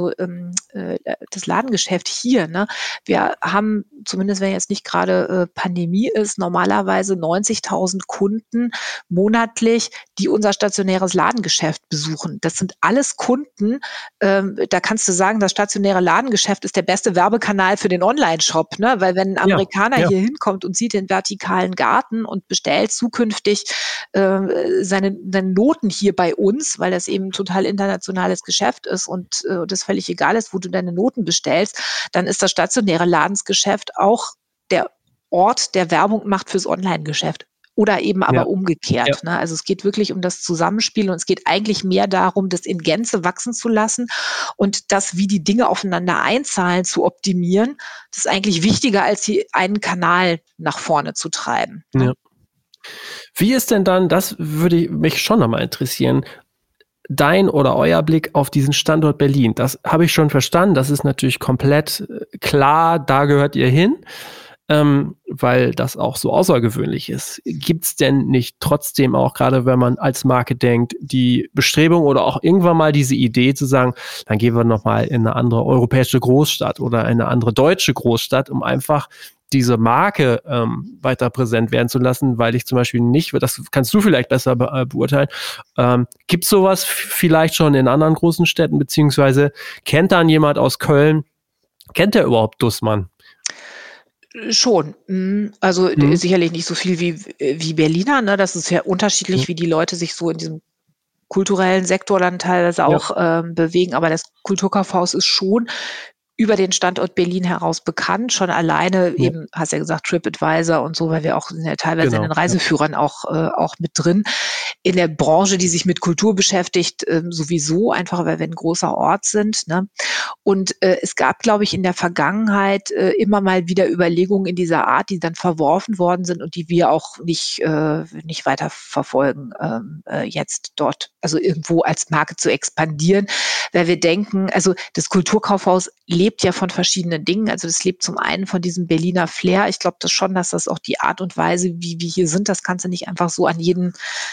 das Ladengeschäft hier, ne? Wir haben, zumindest wenn jetzt nicht gerade Pandemie ist, normalerweise 90.000 Kunden monatlich, die unser stationäres Ladengeschäft besuchen. Das sind alles Kunden, da kannst du sagen, das stationäre Ladengeschäft ist der beste Werbekanal für den Online-Shop, ne? Weil wenn ein Amerikaner hier hinkommt und sieht den vertikalen Garten und bestellt zukünftig seine Noten hier bei uns, weil das eben total internationales Geschäft ist und das völlig egal ist, wo du deine Noten bestellst, dann ist das stationäre Ladensgeschäft auch der Ort, der Werbung macht fürs Online-Geschäft. Oder eben aber umgekehrt. Ne? Also es geht wirklich um das Zusammenspiel und es geht eigentlich mehr darum, das in Gänze wachsen zu lassen und das, wie die Dinge aufeinander einzahlen, zu optimieren. Das ist eigentlich wichtiger, als einen Kanal nach vorne zu treiben. Ne? Ja. Wie ist denn dann, das würde mich schon nochmal interessieren, dein oder euer Blick auf diesen Standort Berlin? Das habe ich schon verstanden. Das ist natürlich komplett klar, da gehört ihr hin, weil das auch so außergewöhnlich ist. Gibt es denn nicht trotzdem auch, gerade wenn man als Marke denkt, die Bestrebung oder auch irgendwann mal diese Idee zu sagen, dann gehen wir nochmal in eine andere europäische Großstadt oder in eine andere deutsche Großstadt, um einfach diese Marke weiter präsent werden zu lassen, weil ich zum Beispiel nicht, das kannst du vielleicht besser beurteilen, gibt es sowas vielleicht schon in anderen großen Städten, beziehungsweise kennt dann jemand aus Köln, kennt der überhaupt Dussmann? Schon. Also sicherlich nicht so viel wie Berliner, ne? Das ist ja unterschiedlich, wie die Leute sich so in diesem kulturellen Sektor dann teilweise auch bewegen, aber das Kulturkaufhaus ist schon über den Standort Berlin heraus bekannt, schon alleine eben, hast ja gesagt, TripAdvisor und so, weil wir auch sind ja teilweise in den Reiseführern auch mit drin. In der Branche, die sich mit Kultur beschäftigt, sowieso, einfach weil wir ein großer Ort sind. Ne? Und es gab, glaube ich, in der Vergangenheit immer mal wieder Überlegungen in dieser Art, die dann verworfen worden sind und die wir auch nicht weiter verfolgen, jetzt dort, also irgendwo als Marke zu expandieren, weil wir denken, also das Kulturkaufhaus lebt ja von verschiedenen Dingen. Also das lebt zum einen von diesem Berliner Flair. Ich glaube das schon, dass das auch die Art und Weise, wie wir hier sind, das kannst du nicht einfach so an jeden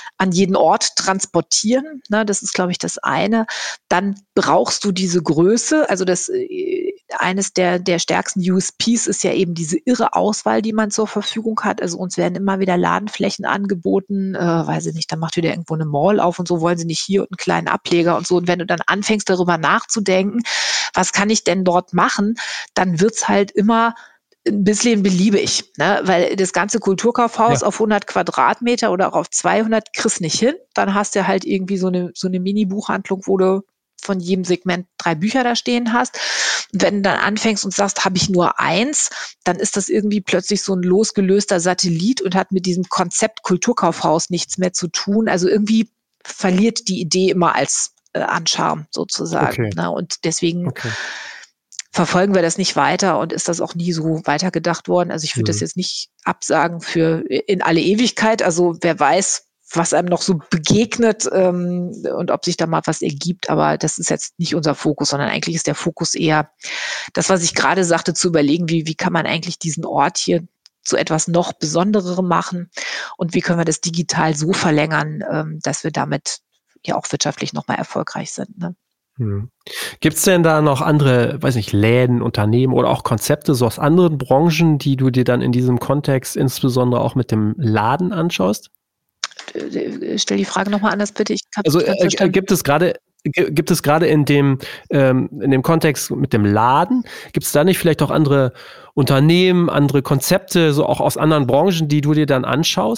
Ort transportieren. Ne? Das ist, glaube ich, das eine. Dann brauchst du diese Größe. Also das eines der stärksten USPs ist ja eben diese irre Auswahl, die man zur Verfügung hat. Also uns werden immer wieder Ladenflächen angeboten, weiß ich nicht, dann macht wieder irgendwo eine Mall auf und so, wollen sie nicht hier und einen kleinen Ableger und so. Und wenn du dann anfängst, darüber nachzudenken, was kann ich denn dort machen, dann wird's halt immer ein bisschen beliebig, ne? Weil das ganze Kulturkaufhaus auf 100 Quadratmeter oder auch auf 200 kriegst nicht hin. Dann hast du halt irgendwie so eine Mini-Buchhandlung, wo du von jedem Segment 3 Bücher da stehen hast. Und wenn du dann anfängst und sagst, habe ich nur eins, dann ist das irgendwie plötzlich so ein losgelöster Satellit und hat mit diesem Konzept Kulturkaufhaus nichts mehr zu tun. Also irgendwie verliert die Idee immer als an Charme sozusagen. Ne? Und deswegen verfolgen wir das nicht weiter und ist das auch nie so weitergedacht worden. Also ich würde das jetzt nicht absagen für in alle Ewigkeit. Also wer weiß, was einem noch so begegnet und ob sich da mal was ergibt. Aber das ist jetzt nicht unser Fokus, sondern eigentlich ist der Fokus eher das, was ich gerade sagte, zu überlegen, wie kann man eigentlich diesen Ort hier zu etwas noch Besondererem machen und wie können wir das digital so verlängern, dass wir damit ja auch wirtschaftlich nochmal erfolgreich sind. Ne? Gibt es denn da noch andere, weiß nicht, Läden, Unternehmen oder auch Konzepte so aus anderen Branchen, die du dir dann in diesem Kontext insbesondere auch mit dem Laden anschaust? Stell die Frage nochmal anders, bitte. Also gibt es gerade in dem Kontext mit dem Laden, gibt es da nicht vielleicht auch andere Unternehmen, andere Konzepte, so auch aus anderen Branchen, die du dir dann anschaust?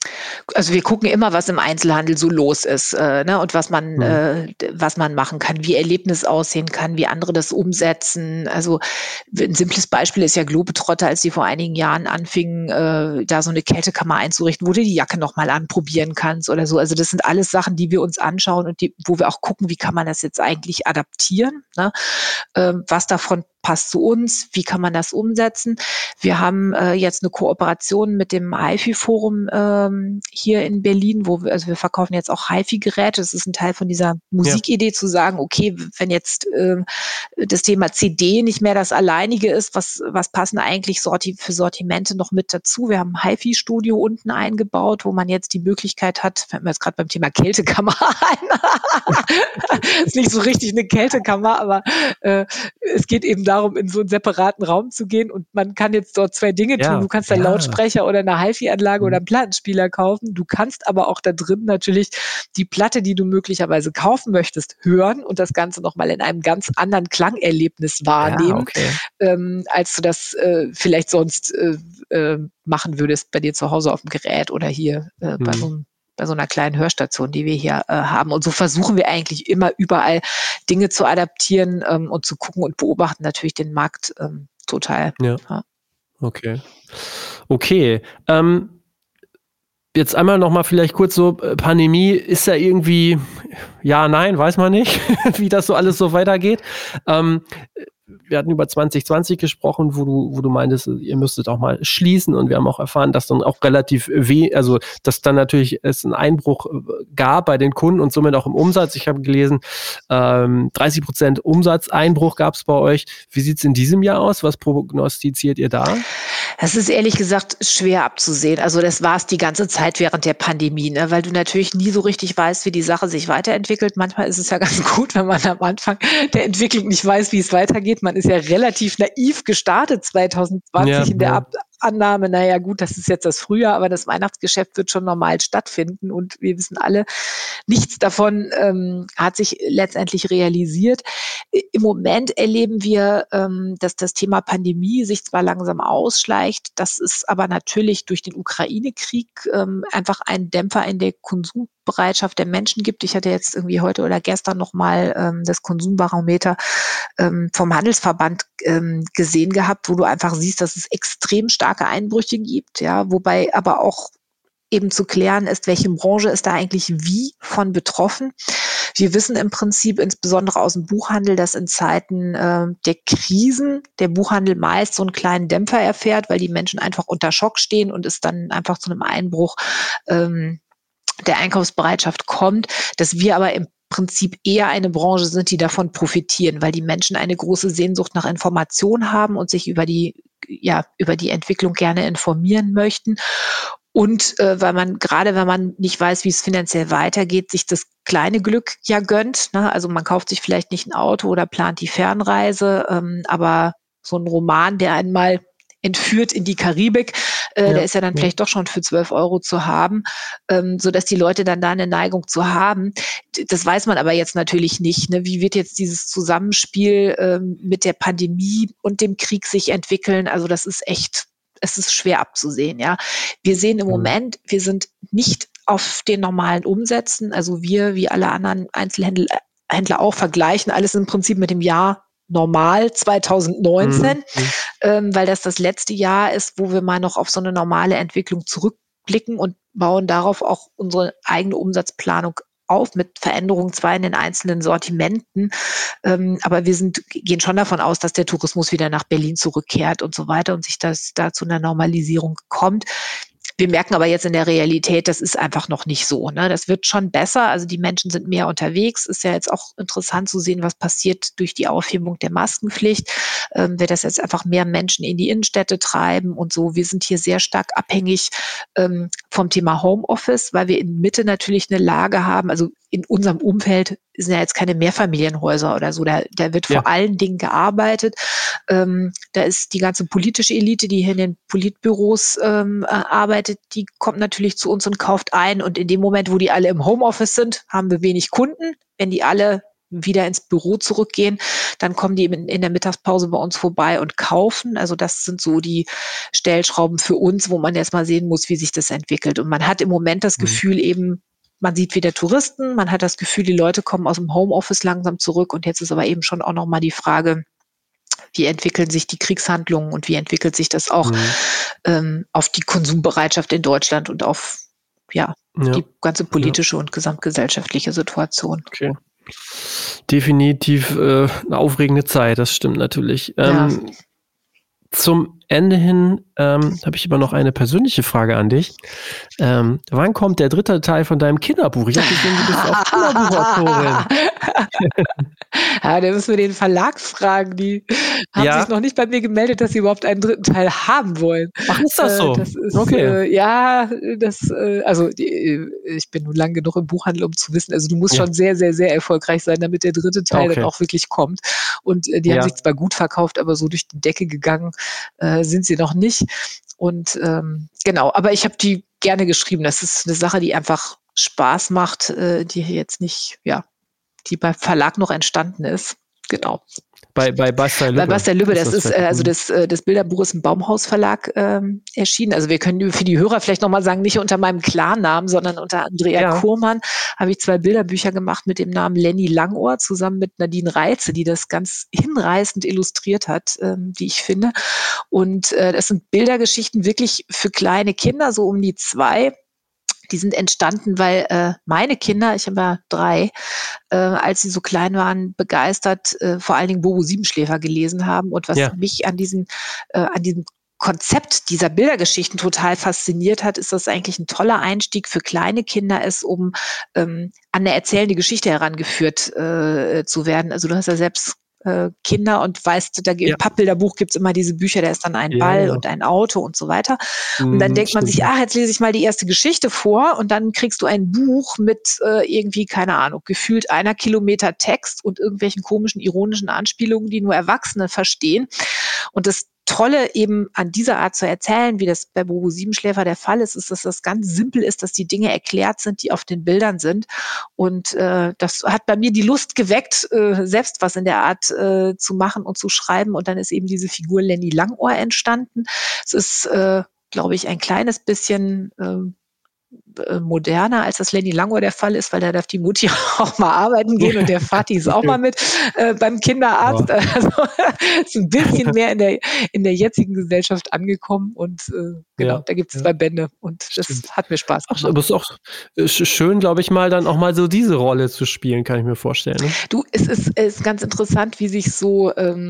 Also wir gucken immer, was im Einzelhandel so los ist, ne, und was man machen kann, wie Erlebnis aussehen kann, wie andere das umsetzen. Also ein simples Beispiel ist ja Globetrotter, als die vor einigen Jahren anfingen, da so eine Kältekammer einzurichten, wo du die Jacke nochmal anprobieren kannst oder so. Also das sind alles Sachen, die wir uns anschauen und wo wir auch gucken, wie kann man das jetzt eigentlich adaptieren, ne? Was davon passt zu uns, wie kann man das umsetzen. Wir haben jetzt eine Kooperation mit dem HiFi-Forum hier in Berlin, also wir verkaufen jetzt auch HiFi-Geräte. Das ist ein Teil von dieser Musikidee, zu sagen, okay, wenn jetzt das Thema CD nicht mehr das alleinige ist, was passen eigentlich für Sortimente noch mit dazu? Wir haben ein HiFi-Studio unten eingebaut, wo man jetzt die Möglichkeit hat, fällt mir jetzt gerade beim Thema Kältekammer ein. Ist nicht so richtig eine Kältekammer, aber es geht eben darum, in so einen separaten Raum zu gehen und man kann jetzt dort zwei Dinge tun. Du kannst einen Lautsprecher oder eine HiFi-Anlage oder einen Plattenspieler kaufen. Du kannst aber auch da drin natürlich die Platte, die du möglicherweise kaufen möchtest, hören und das Ganze nochmal in einem ganz anderen Klangerlebnis wahrnehmen, als du das vielleicht sonst machen würdest bei dir zu Hause auf dem Gerät oder hier bei so einer kleinen Hörstation, die wir hier haben. Und so versuchen wir eigentlich immer überall Dinge zu adaptieren und zu gucken und beobachten natürlich den Markt total. Ja. Okay. Jetzt einmal nochmal vielleicht kurz so, Pandemie, ist ja irgendwie, ja, nein, weiß man nicht, wie das so alles so weitergeht. Wir hatten über 2020 gesprochen, wo du meintest, ihr müsstet auch mal schließen, und wir haben auch erfahren, dass dann auch relativ dass dann natürlich es einen Einbruch gab bei den Kunden und somit auch im Umsatz. Ich habe gelesen, 30% Umsatzeinbruch gab es bei euch. Wie sieht es in diesem Jahr aus? Was prognostiziert ihr da? Das ist ehrlich gesagt schwer abzusehen. Also das war es die ganze Zeit während der Pandemie, ne? Weil du natürlich nie so richtig weißt, wie die Sache sich weiterentwickelt. Manchmal ist es ja ganz gut, wenn man am Anfang der Entwicklung nicht weiß, wie es weitergeht. Man ist ja relativ naiv gestartet 2020 in der Annahme, naja gut, das ist jetzt das Frühjahr, aber das Weihnachtsgeschäft wird schon normal stattfinden, und wir wissen alle, nichts davon hat sich letztendlich realisiert. Im Moment erleben wir, dass das Thema Pandemie sich zwar langsam ausschleicht, das ist aber natürlich durch den Ukraine-Krieg einfach ein Dämpfer in der Konsumbereitschaft der Menschen gibt. Ich hatte jetzt irgendwie heute oder gestern nochmal das Konsumbarometer vom Handelsverband gesehen gehabt, wo du einfach siehst, dass es extrem starke Einbrüche gibt, ja, wobei aber auch eben zu klären ist, welche Branche ist da eigentlich wie von betroffen. Wir wissen im Prinzip insbesondere aus dem Buchhandel, dass in Zeiten der Krisen der Buchhandel meist so einen kleinen Dämpfer erfährt, weil die Menschen einfach unter Schock stehen und es dann einfach zu einem Einbruch der Einkaufsbereitschaft kommt, dass wir aber im Prinzip eher eine Branche sind, die davon profitieren, weil die Menschen eine große Sehnsucht nach Information haben und sich über die Entwicklung gerne informieren möchten. Und weil man, gerade wenn man nicht weiß, wie es finanziell weitergeht, sich das kleine Glück ja gönnt, ne? Also man kauft sich vielleicht nicht ein Auto oder plant die Fernreise, aber so ein Roman, der einmal entführt in die Karibik, der ist ja dann vielleicht doch schon für 12 € zu haben, sodass die Leute dann da eine Neigung zu haben. Das weiß man aber jetzt natürlich nicht, ne? Wie wird jetzt dieses Zusammenspiel mit der Pandemie und dem Krieg sich entwickeln? Also das ist echt, es ist schwer abzusehen, ja. Wir sehen im Moment, wir sind nicht auf den normalen Umsätzen. Also wir, wie alle anderen Einzelhändler auch, vergleichen alles im Prinzip mit dem Jahr normal 2019, weil das letzte Jahr ist, wo wir mal noch auf so eine normale Entwicklung zurückblicken, und bauen darauf auch unsere eigene Umsatzplanung auf, mit Veränderungen zwar in den einzelnen Sortimenten, aber wir gehen schon davon aus, dass der Tourismus wieder nach Berlin zurückkehrt und so weiter und sich das da zu einer Normalisierung kommt. Wir merken aber jetzt in der Realität, das ist einfach noch nicht so, ne? Das wird schon besser. Also die Menschen sind mehr unterwegs. Ist ja jetzt auch interessant zu sehen, was passiert durch die Aufhebung der Maskenpflicht. Wird das jetzt einfach mehr Menschen in die Innenstädte treiben und so. Wir sind hier sehr stark abhängig vom Thema Homeoffice, weil wir in Mitte natürlich eine Lage haben. Also in unserem Umfeld sind ja jetzt keine Mehrfamilienhäuser oder so. Da wird vor allen Dingen gearbeitet. Da ist die ganze politische Elite, die hier in den Politbüros arbeitet, die kommt natürlich zu uns und kauft ein. Und in dem Moment, wo die alle im Homeoffice sind, haben wir wenig Kunden. Wenn die alle wieder ins Büro zurückgehen. Dann kommen die in der Mittagspause bei uns vorbei und kaufen. Also das sind so die Stellschrauben für uns, wo man jetzt mal sehen muss, wie sich das entwickelt. Und man hat im Moment das Gefühl eben, man sieht wieder Touristen, man hat das Gefühl, die Leute kommen aus dem Homeoffice langsam zurück. Und jetzt ist aber eben schon auch nochmal die Frage, wie entwickeln sich die Kriegshandlungen und wie entwickelt sich das auch auf die Konsumbereitschaft in Deutschland und auf die ganze politische und gesamtgesellschaftliche Situation. Okay. Definitiv eine aufregende Zeit, das stimmt natürlich. Zum Ende hin habe ich aber noch eine persönliche Frage an dich. Wann kommt der 3. Teil von deinem Kinderbuch? Ich habe gesehen, du bist auch Kinderbuchautorin. Ja, da müssen wir den Verlag fragen. Die haben sich noch nicht bei mir gemeldet, dass sie überhaupt einen 3. Teil haben wollen. Ach, ist das so? Das ist, okay. Ich bin nun lang genug im Buchhandel, um zu wissen, also du musst schon sehr, sehr, sehr erfolgreich sein, damit der 3. Teil dann auch wirklich kommt. Und die haben sich zwar gut verkauft, aber so durch die Decke gegangen sind sie noch nicht. Und genau, aber ich habe die gerne geschrieben. Das ist eine Sache, die einfach Spaß macht, die jetzt nicht, die beim Verlag noch entstanden ist. Genau. Bei Bastei Lübbe. Bei Bastei Lübbe, das Bilderbuch ist im Baumhaus Verlag erschienen. Also wir können für die Hörer vielleicht nochmal sagen, nicht unter meinem Klarnamen, sondern unter Andrea Kurmann habe ich 2 Bilderbücher gemacht mit dem Namen Lenny Langohr zusammen mit Nadine Reitze, die das ganz hinreißend illustriert hat, die ich finde. Und das sind Bildergeschichten wirklich für kleine Kinder, so um die 2. Die sind entstanden, weil meine Kinder, ich habe ja 3, als sie so klein waren, begeistert vor allen Dingen Bobo Siebenschläfer gelesen haben. Und was mich an diesem Konzept dieser Bildergeschichten total fasziniert hat, ist, dass eigentlich ein toller Einstieg für kleine Kinder ist, um an eine erzählende Geschichte herangeführt zu werden. Also du hast ja selbst Kinder und weißt, im Pappbilderbuch gibt's immer diese Bücher, da ist dann ein Ball und ein Auto und so weiter. Und dann denkt man sich, jetzt lese ich mal die erste Geschichte vor und dann kriegst du ein Buch mit irgendwie, keine Ahnung, gefühlt 1 Kilometer Text und irgendwelchen komischen, ironischen Anspielungen, die nur Erwachsene verstehen. Und das Tolle eben an dieser Art zu erzählen, wie das bei Bobo Siebenschläfer der Fall ist, ist, dass das ganz simpel ist, dass die Dinge erklärt sind, die auf den Bildern sind. Und das hat bei mir die Lust geweckt, selbst was in der Art zu machen und zu schreiben. Und dann ist eben diese Figur Lenny Langohr entstanden. Es ist, glaube ich, ein kleines bisschen moderner, als das Lenny Langohr der Fall ist, weil da darf die Mutti auch mal arbeiten gehen und der Vati ist auch mal mit beim Kinderarzt. Also ist ein bisschen mehr in der jetzigen Gesellschaft angekommen und da gibt es 2 Bände und das hat mir Spaß gemacht. Aber es ist auch schön, glaube ich mal, dann auch mal so diese Rolle zu spielen, kann ich mir vorstellen. Ne? Du, es ist ganz interessant, wie sich so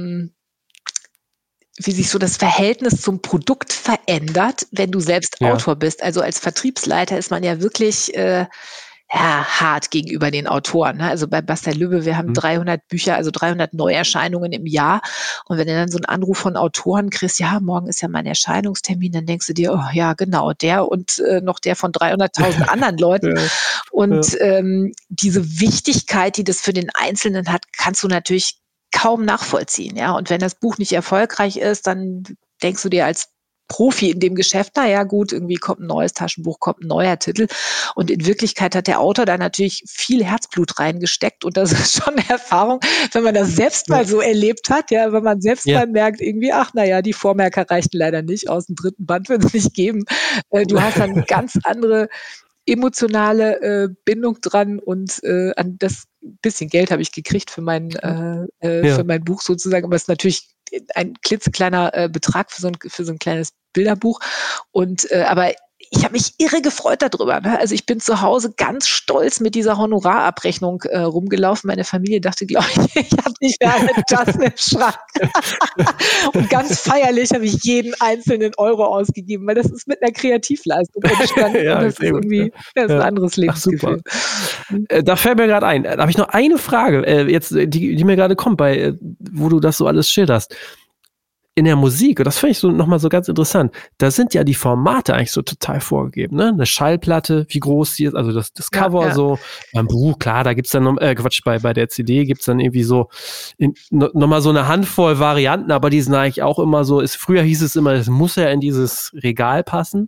das Verhältnis zum Produkt verändert, wenn du selbst Autor bist. Also als Vertriebsleiter ist man ja wirklich hart gegenüber den Autoren. Ne? Also bei Bastei Lübbe, wir haben 300 Bücher, also 300 Neuerscheinungen im Jahr. Und wenn du dann so einen Anruf von Autoren kriegst, morgen ist ja mein Erscheinungstermin, dann denkst du dir, oh ja, genau, der und noch der von 300.000 anderen Leuten. Und diese Wichtigkeit, die das für den Einzelnen hat, kannst du natürlich kaum nachvollziehen, Und wenn das Buch nicht erfolgreich ist, dann denkst du dir als Profi in dem Geschäft, gut, irgendwie kommt ein neues Taschenbuch, kommt ein neuer Titel. Und in Wirklichkeit hat der Autor da natürlich viel Herzblut reingesteckt. Und das ist schon eine Erfahrung, wenn man das selbst mal so erlebt hat, wenn man selbst mal merkt, irgendwie, die Vormerker reichten leider nicht, aus dem 3. Band wird es nicht geben. Du hast dann ganz andere emotionale Bindung dran und an das bisschen Geld habe ich gekriegt für mein Buch sozusagen, aber es ist natürlich ein klitzekleiner Betrag für so ein kleines Bilderbuch und aber ich habe mich irre gefreut darüber. Ne? Also ich bin zu Hause ganz stolz mit dieser Honorarabrechnung rumgelaufen. Meine Familie dachte, glaube ich, ich habe nicht mehr eine Tasse im Schrank. Und ganz feierlich habe ich jeden einzelnen Euro ausgegeben, weil das ist mit einer Kreativleistung entstanden. Und das ist irgendwie ein anderes Lebensgefühl. Da fällt mir gerade ein, da habe ich noch eine Frage, jetzt, die mir gerade kommt, wo du das so alles schilderst. In der Musik, und das finde ich so nochmal so ganz interessant, da sind ja die Formate eigentlich so total vorgegeben, ne? Eine Schallplatte, wie groß die ist, also das Cover so, beim Buch, klar, da gibt's dann noch, bei der CD gibt's dann irgendwie so nochmal so eine Handvoll Varianten, aber die sind eigentlich auch immer so, früher hieß es immer, es muss ja in dieses Regal passen,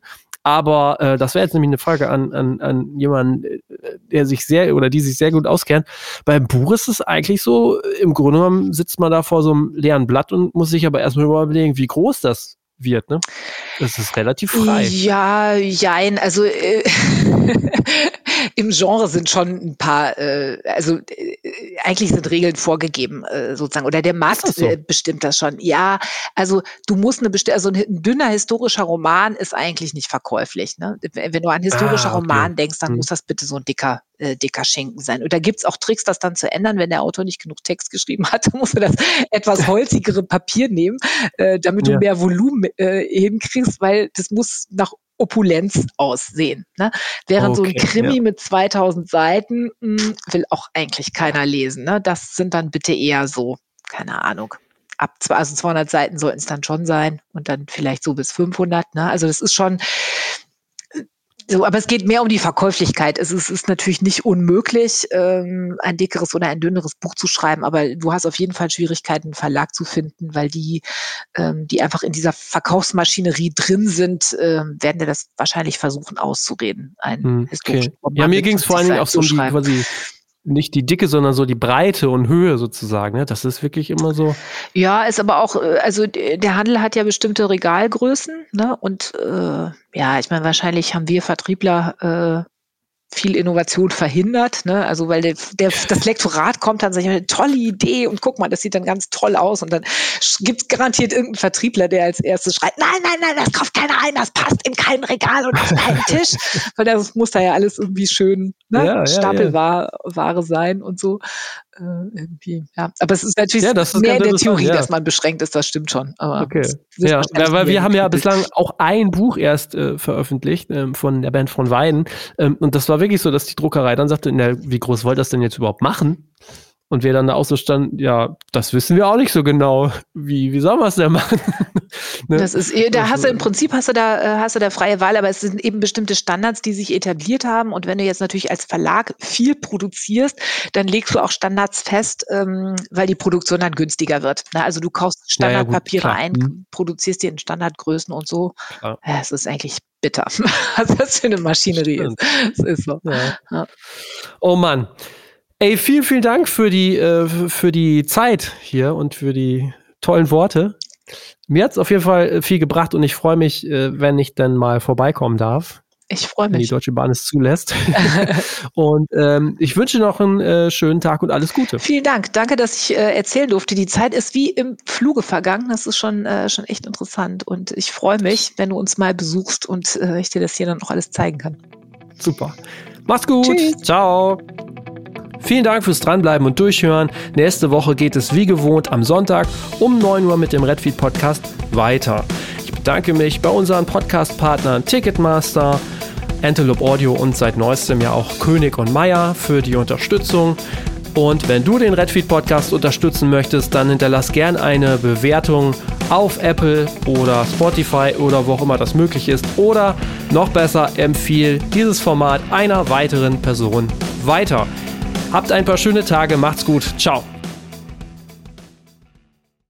Aber das wäre jetzt nämlich eine Frage an jemanden, der sich die sich sehr gut auskennt. Beim Buch ist es eigentlich so, im Grunde genommen sitzt man da vor so einem leeren Blatt und muss sich aber erstmal überlegen, wie groß das wird, ne? Das ist relativ frei. Ja, jein, also im Genre sind schon ein paar, eigentlich sind Regeln vorgegeben, sozusagen, oder der Markt so? Bestimmt das schon. Ja, also du musst also ein dünner historischer Roman ist eigentlich nicht verkäuflich, ne? Wenn du an historischer Roman denkst, dann muss das bitte so ein dicker Schinken sein. Und da gibt's auch Tricks, das dann zu ändern, wenn der Autor nicht genug Text geschrieben hat, dann musst du das etwas holzigere Papier nehmen, damit du mehr Volumen hinkriegst, weil das muss nach Opulenz aussehen. Ne? Während so ein Krimi mit 2000 Seiten will auch eigentlich keiner lesen. Ne? Das sind dann bitte eher so, keine Ahnung, ab 200 Seiten sollten es dann schon sein und dann vielleicht so bis 500. Ne? Also das ist schon so, aber es geht mehr um die Verkäuflichkeit. Es ist natürlich nicht unmöglich, ein dickeres oder ein dünneres Buch zu schreiben, aber du hast auf jeden Fall Schwierigkeiten, einen Verlag zu finden, weil die einfach in dieser Verkaufsmaschinerie drin sind, werden dir das wahrscheinlich versuchen auszureden. Ja, mir ging es vor allen Dingen auch so um die quasi nicht die Dicke, sondern so die Breite und Höhe sozusagen. Ne? Das ist wirklich immer so. Ja, ist aber auch, also der Handel hat ja bestimmte Regalgrößen, ne? Und ich meine, wahrscheinlich haben wir Vertriebler viel Innovation verhindert, ne? Also weil das Lektorat kommt dann, sagt, eine tolle Idee und guck mal, das sieht dann ganz toll aus und dann gibt's garantiert irgendeinen Vertriebler, der als erstes schreit, nein, das kauft keiner ein, das passt in kein Regal und auf keinen Tisch, weil das muss da ja alles irgendwie schön Stapelware sein und so. Irgendwie, ja. Aber es ist natürlich mehr in der Theorie, dass man beschränkt ist, das stimmt schon. Aber weil wir haben ja bislang auch ein Buch erst veröffentlicht von der Band von Weiden und das war wirklich so, dass die Druckerei dann sagte, wie groß wollt ihr das denn jetzt überhaupt machen? Und wir dann da auch so standen, ja, das wissen wir auch nicht so genau. Wie sollen wir es denn machen? Ne? Das ist, hast du da freie Wahl, aber es sind eben bestimmte Standards, die sich etabliert haben. Und wenn du jetzt natürlich als Verlag viel produzierst, dann legst du auch Standards fest, weil die Produktion dann günstiger wird. Na, also du kaufst Standardpapiere ein, produzierst die in Standardgrößen und so. Ja, es ist eigentlich bitter, was das für eine Maschinerie ist. Das ist so. Ja. Oh Mann. Ey, vielen, vielen Dank für die Zeit hier und für die tollen Worte. Mir hat's auf jeden Fall viel gebracht und ich freue mich, wenn ich dann mal vorbeikommen darf. Ich freue mich. Wenn die Deutsche Bahn es zulässt. Und ich wünsche noch einen schönen Tag und alles Gute. Vielen Dank. Danke, dass ich erzählen durfte. Die Zeit ist wie im Fluge vergangen. Das ist schon echt interessant. Und ich freue mich, wenn du uns mal besuchst und ich dir das hier dann auch alles zeigen kann. Super. Mach's gut. Tschüss. Ciao. Vielen Dank fürs Dranbleiben und Durchhören. Nächste Woche geht es wie gewohnt am Sonntag um 9 Uhr mit dem Redfeed Podcast weiter. Ich bedanke mich bei unseren Podcast-Partnern Ticketmaster, Antelope Audio und seit neuestem ja auch König und Meyer für die Unterstützung. Und wenn du den Redfeed Podcast unterstützen möchtest, dann hinterlass gern eine Bewertung auf Apple oder Spotify oder wo auch immer das möglich ist. Oder noch besser, empfiehl dieses Format einer weiteren Person weiter. Habt ein paar schöne Tage, macht's gut, ciao.